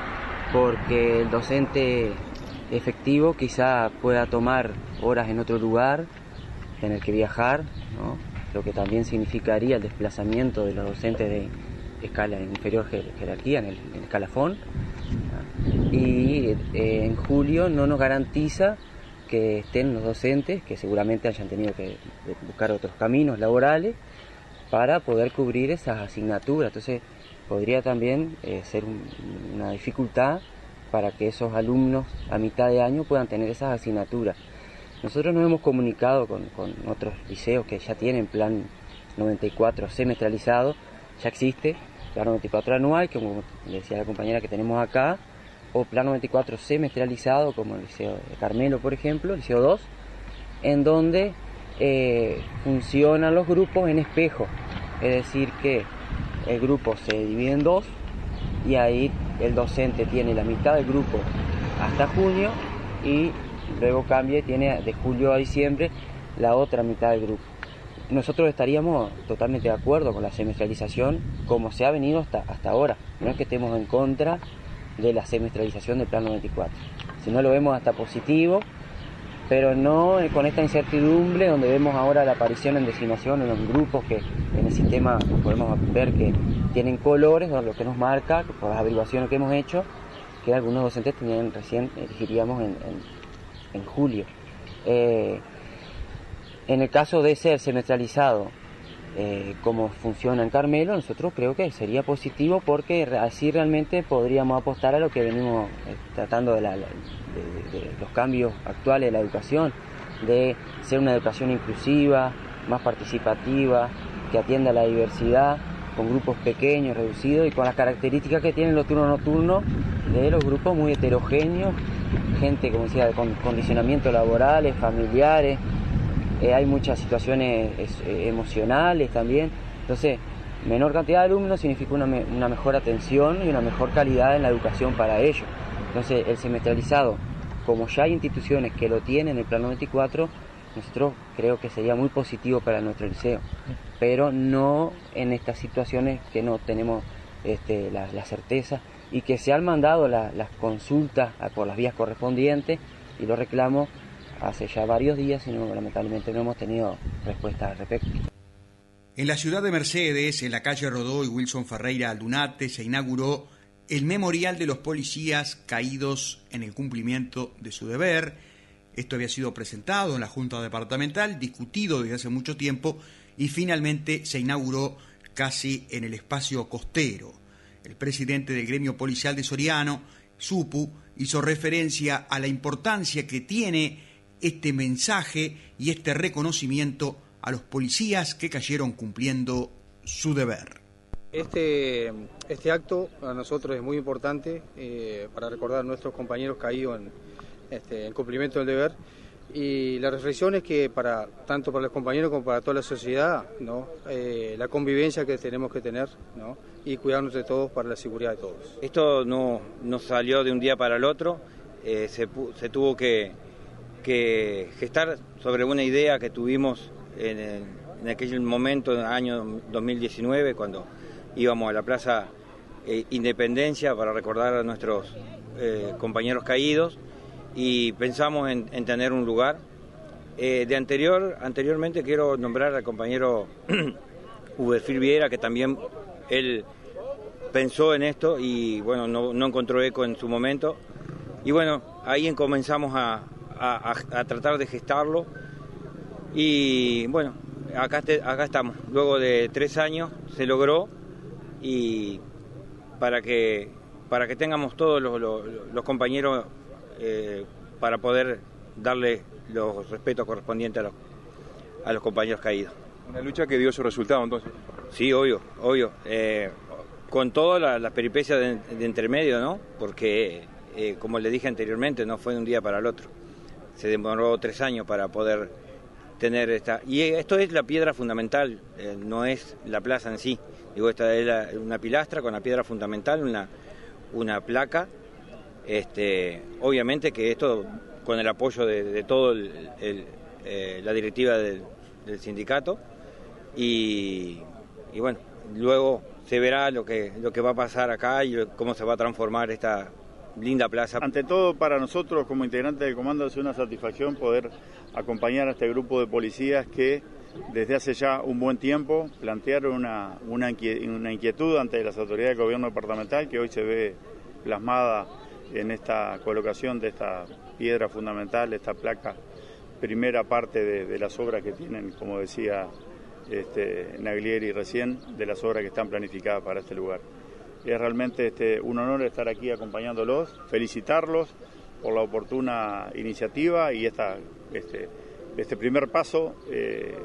porque el docente efectivo quizá pueda tomar horas en otro lugar, tener que viajar, ¿no? Lo que también significaría el desplazamiento de los docentes de escala inferior jerarquía, en el, en el escalafón, ¿no? Y eh, en julio no nos garantiza que estén los docentes, que seguramente hayan tenido que buscar otros caminos laborales para poder cubrir esas asignaturas. Entonces podría también eh, ser un, una dificultad para que esos alumnos a mitad de año puedan tener esas asignaturas. Nosotros nos hemos comunicado con, con otros liceos que ya tienen plan noventa y cuatro semestralizado, ya existe plan noventa y cuatro anual, como le decía la compañera que tenemos acá, o plan noventa y cuatro semestralizado, como el Liceo de Carmelo, por ejemplo, el Liceo dos, en donde eh, funcionan los grupos en espejo, es decir que el grupo se divide en dos y ahí el docente tiene la mitad del grupo hasta junio y luego cambia y tiene de julio a diciembre la otra mitad del grupo. Nosotros estaríamos totalmente de acuerdo con la semestralización como se ha venido hasta, hasta ahora. No es que estemos en contra de la semestralización del plan noventa y cuatro, sino lo vemos hasta positivo, pero no con esta incertidumbre donde vemos ahora la aparición en designación en los grupos que en el sistema podemos ver que tienen colores, lo que nos marca por las averiguaciones que hemos hecho que algunos docentes tenían recién elegiríamos en, en en julio. Eh, en el caso de ser semestralizado eh, como funciona en Carmelo, nosotros creo que sería positivo porque así realmente podríamos apostar a lo que venimos eh, tratando de, la, de, de, de los cambios actuales de la educación, de ser una educación inclusiva, más participativa, que atienda a la diversidad, con grupos pequeños, reducidos y con las características que tienen los turnos nocturnos de los grupos muy heterogéneos, gente, como decía, con condicionamientos laborales, familiares, eh, hay muchas situaciones eh, emocionales también. Entonces, menor cantidad de alumnos significa una, me, una mejor atención y una mejor calidad en la educación para ellos. Entonces, el semestralizado, como ya hay instituciones que lo tienen en el plan noventa y cuatro, nosotros creo que sería muy positivo para nuestro liceo, pero no en estas situaciones que no tenemos este, la, la certeza y que se han mandado la, las consultas por las vías correspondientes y los reclamos hace ya varios días y no, lamentablemente no hemos tenido respuesta al respecto. En la ciudad de Mercedes, en la calle Rodó y Wilson Ferreira Aldunate, se inauguró el memorial de los policías caídos en el cumplimiento de su deber. Esto había sido presentado en la Junta Departamental, discutido desde hace mucho tiempo y finalmente se inauguró casi en el espacio costero. El presidente del gremio policial de Soriano, Supu, hizo referencia a la importancia que tiene este mensaje y este reconocimiento a los policías que cayeron cumpliendo su deber. Este, este acto para nosotros es muy importante eh, para recordar a nuestros compañeros caídos en, este, en cumplimiento del deber. Y la reflexión es que para tanto para los compañeros como para toda la sociedad, ¿no? eh, la convivencia que tenemos que tener, ¿no? Y cuidarnos de todos para la seguridad de todos. Esto no, no salió de un día para el otro, eh, se, se tuvo que, que gestar sobre una idea que tuvimos en, en aquel momento, en el año dos mil diecinueve, cuando íbamos a la Plaza eh, Independencia para recordar a nuestros eh, compañeros caídos, y pensamos en, en tener un lugar. Eh, de anterior, anteriormente quiero nombrar al compañero Uberfil Viera, que también él pensó en esto y bueno, no, no encontró eco en su momento. Y bueno, ahí comenzamos a, a, a tratar de gestarlo. Y bueno, acá, te, acá estamos. Luego de tres años se logró, y para que, para que tengamos todos los, los, los compañeros eh, para poder darle los respetos correspondientes a los, a los compañeros caídos. Una lucha que dio su resultado, entonces. Sí, obvio, obvio. Eh, con todas las la peripecias de, de intermedio, ¿no? Porque, eh, como le dije anteriormente, no fue de un día para el otro. Se demoró tres años para poder tener esta... Y esto es la piedra fundamental, eh, no es la plaza en sí. Digo, esta es la, una pilastra con la piedra fundamental, una, una placa. Este, obviamente que esto, con el apoyo de, de todo el, el, eh, la directiva del, del sindicato, y, y bueno, luego se verá lo que, lo que va a pasar acá y cómo se va a transformar esta linda plaza. Ante todo, para nosotros como integrantes del comando es una satisfacción poder acompañar a este grupo de policías que desde hace ya un buen tiempo plantearon una, una, una inquietud ante las autoridades del gobierno departamental, que hoy se ve plasmada en esta colocación de esta piedra fundamental, esta placa, primera parte de, de las obras que tienen, como decía este, Naglieri recién, de las obras que están planificadas para este lugar. Es realmente este, un honor estar aquí acompañándolos, felicitarlos por la oportuna iniciativa y esta, este, este primer paso eh,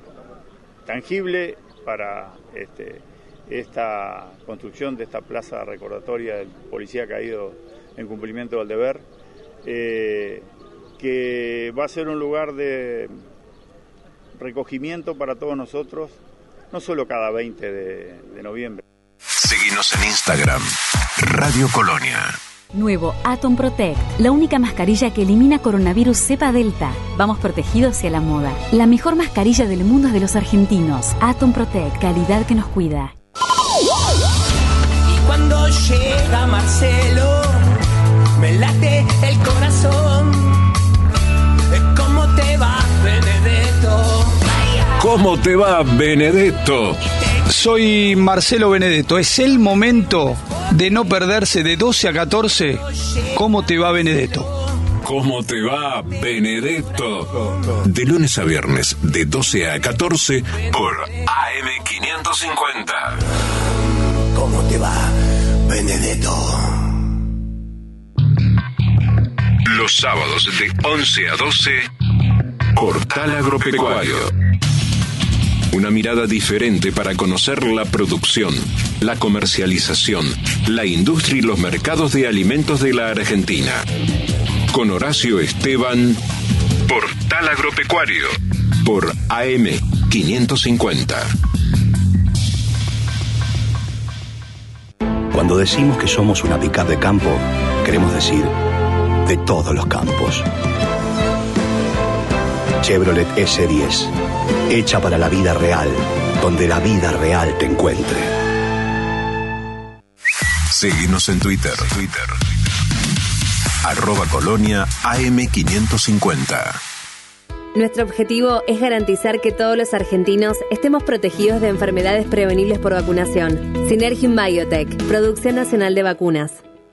tangible para este, esta construcción de esta plaza recordatoria del policía caído en cumplimiento del deber, eh, que va a ser un lugar de recogimiento para todos nosotros, no solo cada veinte de noviembre. Seguinos en Instagram, Radio Colonia. Nuevo Atom Protect, la única mascarilla que elimina coronavirus cepa delta. Vamos protegidos hacia la moda. La mejor mascarilla del mundo es de los argentinos. Atom Protect, calidad que nos cuida. Y cuando llega Marcelo, me late el corazón. ¿Cómo te va, Benedetto? ¿Cómo te va, Benedetto? Soy Marcelo Benedetto. Es el momento de no perderse de doce a catorce. ¿Cómo te va, Benedetto? ¿Cómo te va, Benedetto? De lunes a viernes, de doce a catorce, por A M quinientos cincuenta. ¿Cómo te va, Benedetto? Los sábados de once a doce, Portal Agropecuario. Una mirada diferente para conocer la producción, la comercialización, la industria y los mercados de alimentos de la Argentina. Con Horacio Esteban, Portal Agropecuario, por A M quinientos cincuenta. Cuando decimos que somos una pick-up de campo, queremos decir de todos los campos. Chevrolet ese diez, hecha para la vida real, donde la vida real te encuentre. Seguinos en Twitter, Twitter, arroba Colonia A M quinientos cincuenta. Nuestro objetivo es garantizar que todos los argentinos estemos protegidos de enfermedades prevenibles por vacunación. Synergium Biotech, Producción Nacional de Vacunas.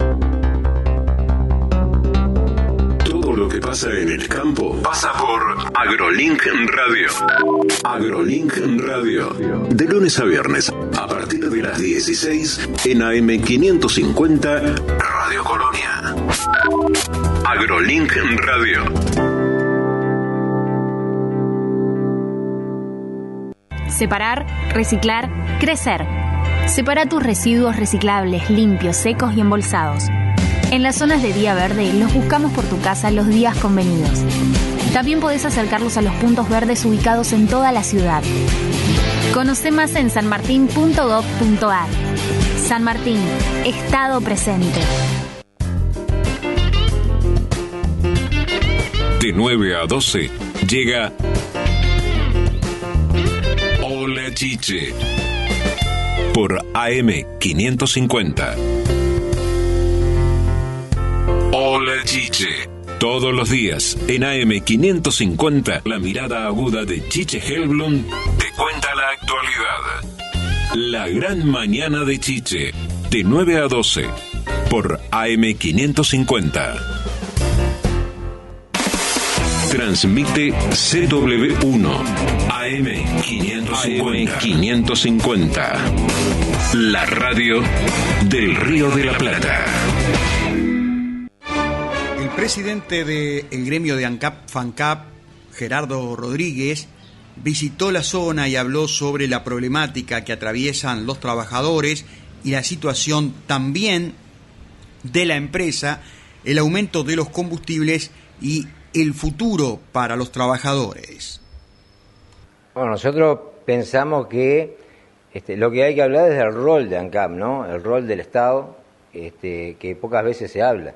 Lo que pasa en el campo pasa por AgroLink Radio. AgroLink Radio. De lunes a viernes, a partir de las dieciséis, en A M quinientos cincuenta, Radio Colonia. AgroLink Radio. Separar, reciclar, crecer. Separa tus residuos reciclables, limpios, secos y embolsados. En las zonas de Día Verde los buscamos por tu casa los días convenidos. También podés acercarlos a los puntos verdes ubicados en toda la ciudad. Conoce más en san martín punto gov punto ar. San Martín, Estado presente. De nueve a doce llega Chiche. Por A M quinientos cincuenta. Hola Chiche. Todos los días en A M quinientos cincuenta, la mirada aguda de Chiche Helblum te cuenta la actualidad. La gran mañana de Chiche, de nueve a doce, por A M quinientos cincuenta. Transmite C W uno, A M quinientos cincuenta, la radio del Río de la Plata. El presidente del gremio de ANCAP, FANCAP, Gerardo Rodríguez, visitó la zona y habló sobre la problemática que atraviesan los trabajadores y la situación también de la empresa, el aumento de los combustibles y el futuro para los trabajadores. Bueno, nosotros pensamos que este, lo que hay que hablar es del rol de ANCAP, ¿no? El rol del Estado, este, que pocas veces se habla.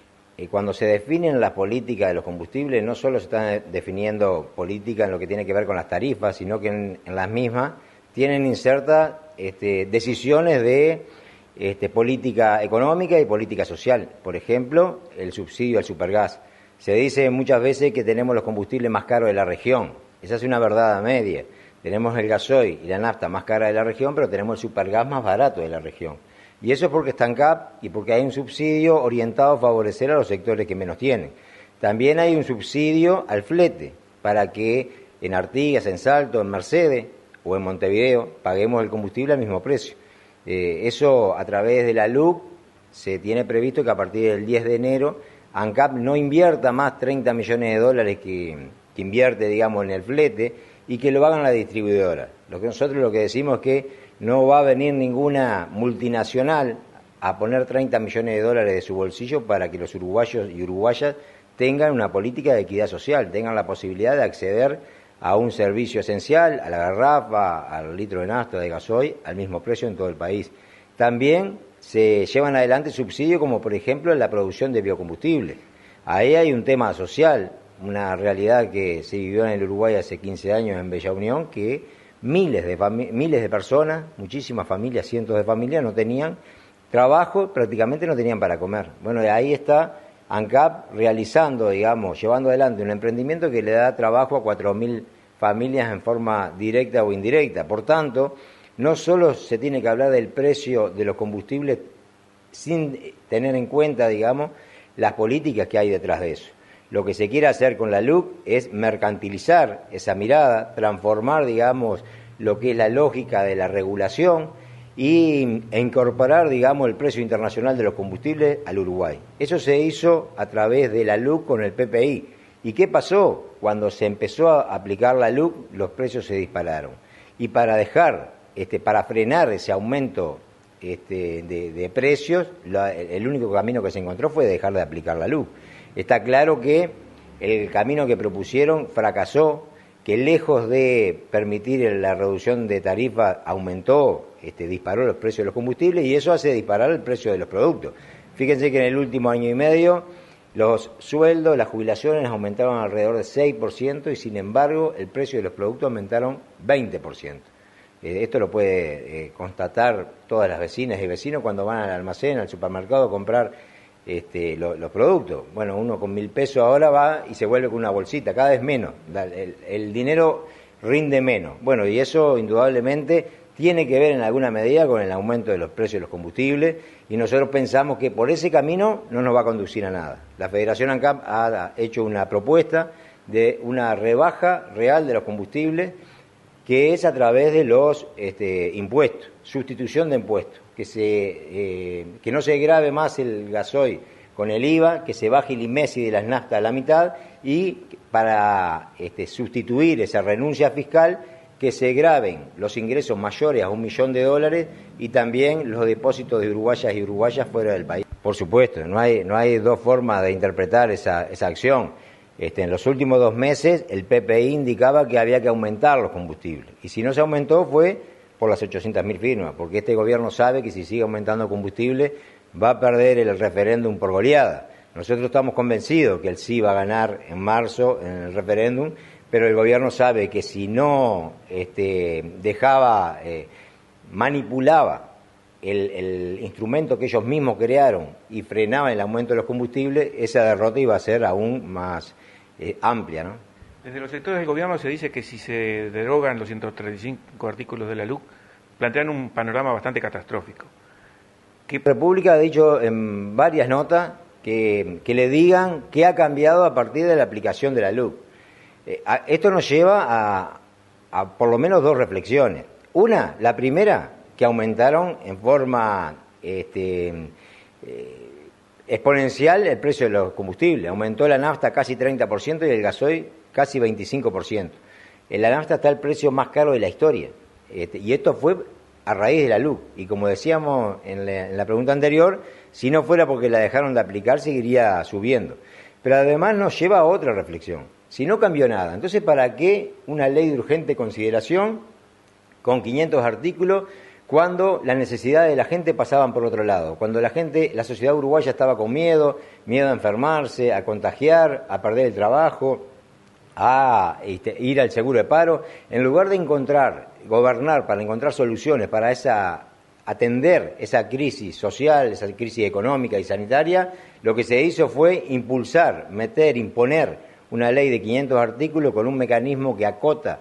Y cuando se definen las políticas de los combustibles, no solo se están definiendo políticas en lo que tiene que ver con las tarifas, sino que en, en las mismas tienen insertas este, decisiones de este, política económica y política social. Por ejemplo, el subsidio al supergas. Se dice muchas veces que tenemos los combustibles más caros de la región. Esa es una verdad a media. Tenemos el gasoil y la nafta más cara de la región, pero tenemos el supergas más barato de la región. Y eso es porque está ANCAP y porque hay un subsidio orientado a favorecer a los sectores que menos tienen. También hay un subsidio al flete para que en Artigas, en Salto, en Mercedes o en Montevideo paguemos el combustible al mismo precio. Eh, eso a través de la L U C se tiene previsto que a partir del diez de enero ANCAP no invierta más treinta millones de dólares que, que invierte, digamos, en el flete y que lo hagan las distribuidoras. Lo que nosotros lo que decimos es que no va a venir ninguna multinacional a poner treinta millones de dólares de su bolsillo para que los uruguayos y uruguayas tengan una política de equidad social, tengan la posibilidad de acceder a un servicio esencial, a la garrafa, al litro de nafta, de gasoil, al mismo precio en todo el país. También se llevan adelante subsidios como por ejemplo en la producción de biocombustibles. Ahí hay un tema social, una realidad que se vivió en el Uruguay hace quince años en Bella Unión, que miles de, miles de personas, muchísimas familias, cientos de familias no tenían trabajo, prácticamente no tenían para comer. Bueno, ahí está ANCAP realizando, digamos, llevando adelante un emprendimiento que le da trabajo a cuatro mil familias en forma directa o indirecta. Por tanto, no solo se tiene que hablar del precio de los combustibles sin tener en cuenta, digamos, las políticas que hay detrás de eso. Lo que se quiere hacer con la L U C es mercantilizar esa mirada, transformar, digamos, lo que es la lógica de la regulación y, e incorporar, digamos, el precio internacional de los combustibles al Uruguay. Eso se hizo a través de la L U C con el P P I. ¿Y qué pasó? Cuando se empezó a aplicar la L U C, los precios se dispararon. Y para dejar Este, para frenar ese aumento este, de, de precios, la, el único camino que se encontró fue dejar de aplicar la L U C. Está claro que el camino que propusieron fracasó, que lejos de permitir la reducción de tarifa aumentó, este, disparó los precios de los combustibles y eso hace disparar el precio de los productos. Fíjense que en el último año y medio los sueldos, las jubilaciones aumentaron alrededor de seis por ciento y sin embargo el precio de los productos aumentaron veinte por ciento. Eh, esto lo puede eh, constatar todas las vecinas y vecinos cuando van al almacén, al supermercado a comprar este, lo, los productos. Bueno, uno con mil pesos ahora va y se vuelve con una bolsita, cada vez menos. El, el dinero rinde menos. Bueno, y eso indudablemente tiene que ver en alguna medida con el aumento de los precios de los combustibles y nosotros pensamos que por ese camino no nos va a conducir a nada. La Federación ANCAP ha hecho una propuesta de una rebaja real de los combustibles que es a través de los este, impuestos, sustitución de impuestos, que, se, eh, que no se grave más el gasoil con el I V A, que se baje el IMESI de las naftas a la mitad y para este, sustituir esa renuncia fiscal que se graven los ingresos mayores a un millón de dólares y también los depósitos de uruguayas y uruguayas fuera del país. Por supuesto, no hay, no hay dos formas de interpretar esa, esa acción. Este, en los últimos dos meses el P P I indicaba que había que aumentar los combustibles y si no se aumentó fue por las ochocientas mil firmas, porque este gobierno sabe que si sigue aumentando combustible va a perder el referéndum por goleada. Nosotros estamos convencidos que el sí va a ganar en marzo en el referéndum, pero el gobierno sabe que si no este, dejaba, eh, manipulaba el, el instrumento que ellos mismos crearon y frenaba el aumento de los combustibles, esa derrota iba a ser aún más eh, amplia, ¿no? Desde los sectores del gobierno se dice que si se derogan los ciento treinta y cinco artículos de la L U C, plantean un panorama bastante catastrófico. ¿Qué? República ha dicho en varias notas que, que le digan qué ha cambiado a partir de la aplicación de la L U C. Eh, a, esto nos lleva a, a por lo menos dos reflexiones. Una, la primera, que aumentaron en forma este, eh, exponencial el precio de los combustibles. Aumentó la nafta casi treinta por ciento y el gasoil casi veinticinco por ciento. En la nafta está el precio más caro de la historia. Este, y esto fue a raíz de la L U C. Y como decíamos en la, en la pregunta anterior, si no fuera porque la dejaron de aplicar, seguiría subiendo. Pero además nos lleva a otra reflexión. Si no cambió nada, entonces ¿para qué una ley de urgente consideración con quinientos artículos cuando las necesidades de la gente pasaban por otro lado? Cuando la gente, la sociedad uruguaya estaba con miedo, miedo a enfermarse, a contagiar, a perder el trabajo, a este, ir al seguro de paro, en lugar de encontrar, gobernar para encontrar soluciones para esa, atender esa crisis social, esa crisis económica y sanitaria, lo que se hizo fue impulsar, meter, imponer una ley de quinientos artículos con un mecanismo que acota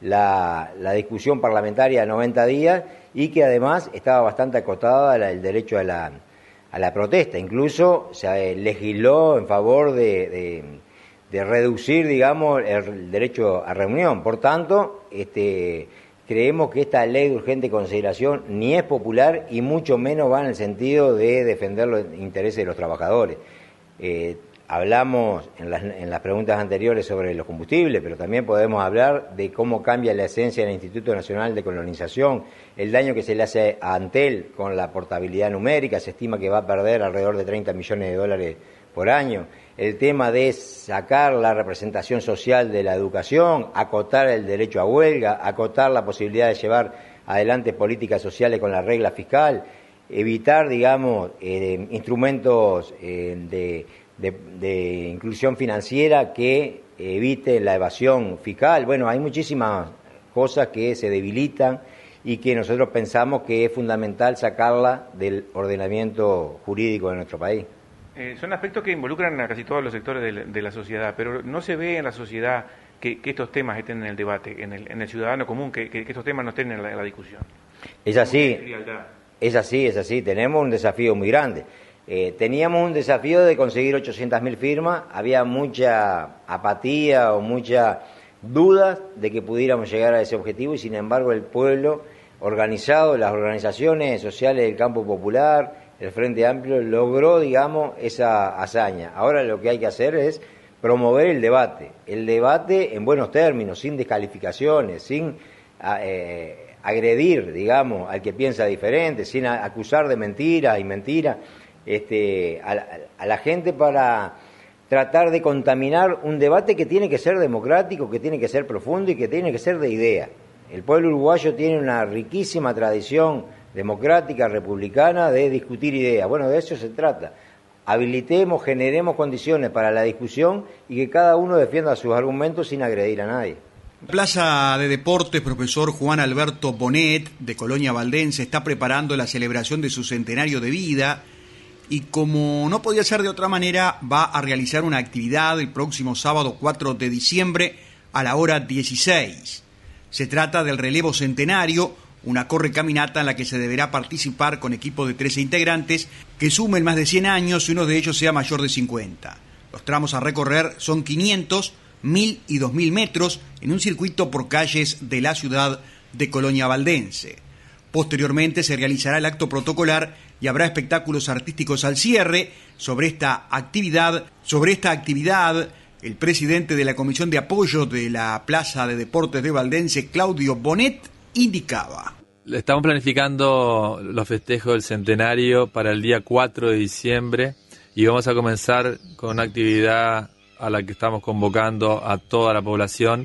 la, la discusión parlamentaria a noventa días y que además estaba bastante acotada la, el derecho a la, a la protesta. Incluso se legisló en favor de... de de reducir, digamos, el derecho a reunión. Por tanto, este, creemos que esta ley de urgente consideración ni es popular y mucho menos va en el sentido de defender los intereses de los trabajadores. Eh, hablamos en las, en las preguntas anteriores sobre los combustibles, pero también podemos hablar de cómo cambia la esencia del Instituto Nacional de Colonización, el daño que se le hace a Antel con la portabilidad numérica, se estima que va a perder alrededor de treinta millones de dólares por año. El tema de sacar la representación social de la educación, acotar el derecho a huelga, acotar la posibilidad de llevar adelante políticas sociales con la regla fiscal, evitar, digamos, eh, instrumentos eh, de, de, de inclusión financiera que eviten la evasión fiscal. Bueno, hay muchísimas cosas que se debilitan y que nosotros pensamos que es fundamental sacarla del ordenamiento jurídico de nuestro país. Eh, son aspectos que involucran a casi todos los sectores de la, de la sociedad, pero no se ve en la sociedad que, que estos temas estén en el debate, en el, en el ciudadano común, que, que, que estos temas no estén en la, en la discusión. Es así, es así, es así. Tenemos un desafío muy grande. Eh, teníamos un desafío de conseguir ochocientas mil firmas, había mucha apatía o mucha dudas de que pudiéramos llegar a ese objetivo y sin embargo el pueblo organizado, las organizaciones sociales del campo popular, el Frente Amplio logró, digamos, esa hazaña. Ahora lo que hay que hacer es promover el debate, el debate en buenos términos, sin descalificaciones, sin eh, agredir, digamos, al que piensa diferente, sin a, acusar de mentira y mentira este, a, la, a la gente para tratar de contaminar un debate que tiene que ser democrático, que tiene que ser profundo y que tiene que ser de idea. El pueblo uruguayo tiene una riquísima tradición democrática, republicana, de discutir ideas. Bueno, de eso se trata. Habilitemos, generemos condiciones para la discusión y que cada uno defienda sus argumentos sin agredir a nadie. Plaza de Deportes, profesor Juan Alberto Bonet, de Colonia Valdense, está preparando la celebración de su centenario de vida y, como no podía ser de otra manera, va a realizar una actividad el próximo sábado cuatro de diciembre a la hora dieciséis. Se trata del relevo centenario, una correcaminata en la que se deberá participar con equipo de trece integrantes que sumen más de cien años y uno de ellos sea mayor de cincuenta. Los tramos a recorrer son quinientos, mil y dos mil metros en un circuito por calles de la ciudad de Colonia Valdense. Posteriormente se realizará el acto protocolar y habrá espectáculos artísticos al cierre. Sobre esta actividad, sobre esta actividad, el presidente de la Comisión de Apoyo de la Plaza de Deportes de Valdense, Claudio Bonet, indicaba. Estamos planificando los festejos del centenario para el día cuatro de diciembre y vamos a comenzar con una actividad a la que estamos convocando a toda la población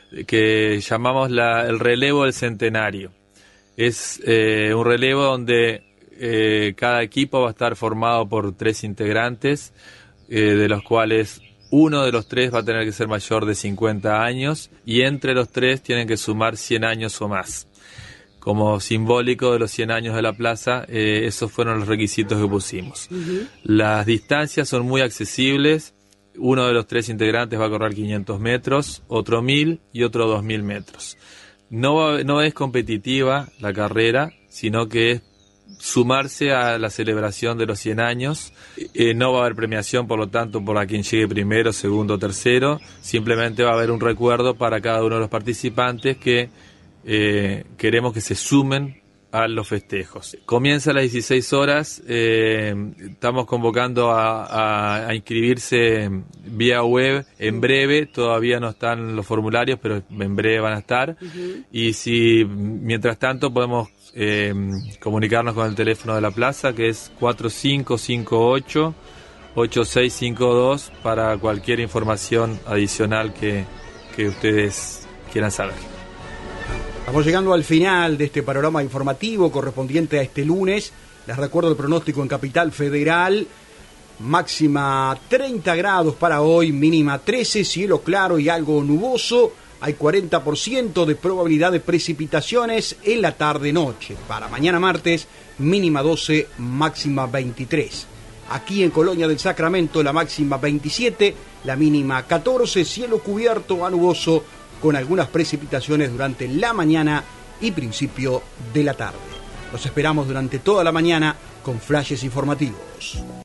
que llamamos la, el relevo del centenario. Es eh, un relevo donde eh, cada equipo va a estar formado por tres integrantes, eh, de los cuales uno de los tres va a tener que ser mayor de cincuenta años y entre los tres tienen que sumar cien años o más. Como simbólico de los cien años de la plaza, eh, esos fueron los requisitos que pusimos. Uh-huh. Las distancias son muy accesibles. Uno de los tres integrantes va a correr quinientos metros, otro mil y otro dos mil metros. No, va, no es competitiva la carrera, sino que es sumarse a la celebración de los cien años. Eh, no va a haber premiación, por lo tanto, por a quien llegue primero, segundo, tercero. Simplemente va a haber un recuerdo para cada uno de los participantes que Eh, queremos que se sumen a los festejos. Comienza a las dieciséis horas, eh, estamos convocando a, a, a inscribirse vía web en breve, todavía no están los formularios, pero en breve van a estar. Uh-huh. Y si mientras tanto podemos eh, comunicarnos con el teléfono de la plaza, que es cuatro cinco cinco ocho, ocho seis cinco dos, para cualquier información adicional que, que ustedes quieran saber. Estamos llegando al final de este panorama informativo correspondiente a este lunes. Les recuerdo el pronóstico en Capital Federal. Máxima treinta grados para hoy, mínima trece, cielo claro y algo nuboso. Hay cuarenta por ciento de probabilidad de precipitaciones en la tarde-noche. Para mañana martes, mínima doce, máxima veintitrés. Aquí en Colonia del Sacramento, la máxima veintisiete, la mínima catorce, cielo cubierto a nuboso, con algunas precipitaciones durante la mañana y principio de la tarde. Los esperamos durante toda la mañana con flashes informativos.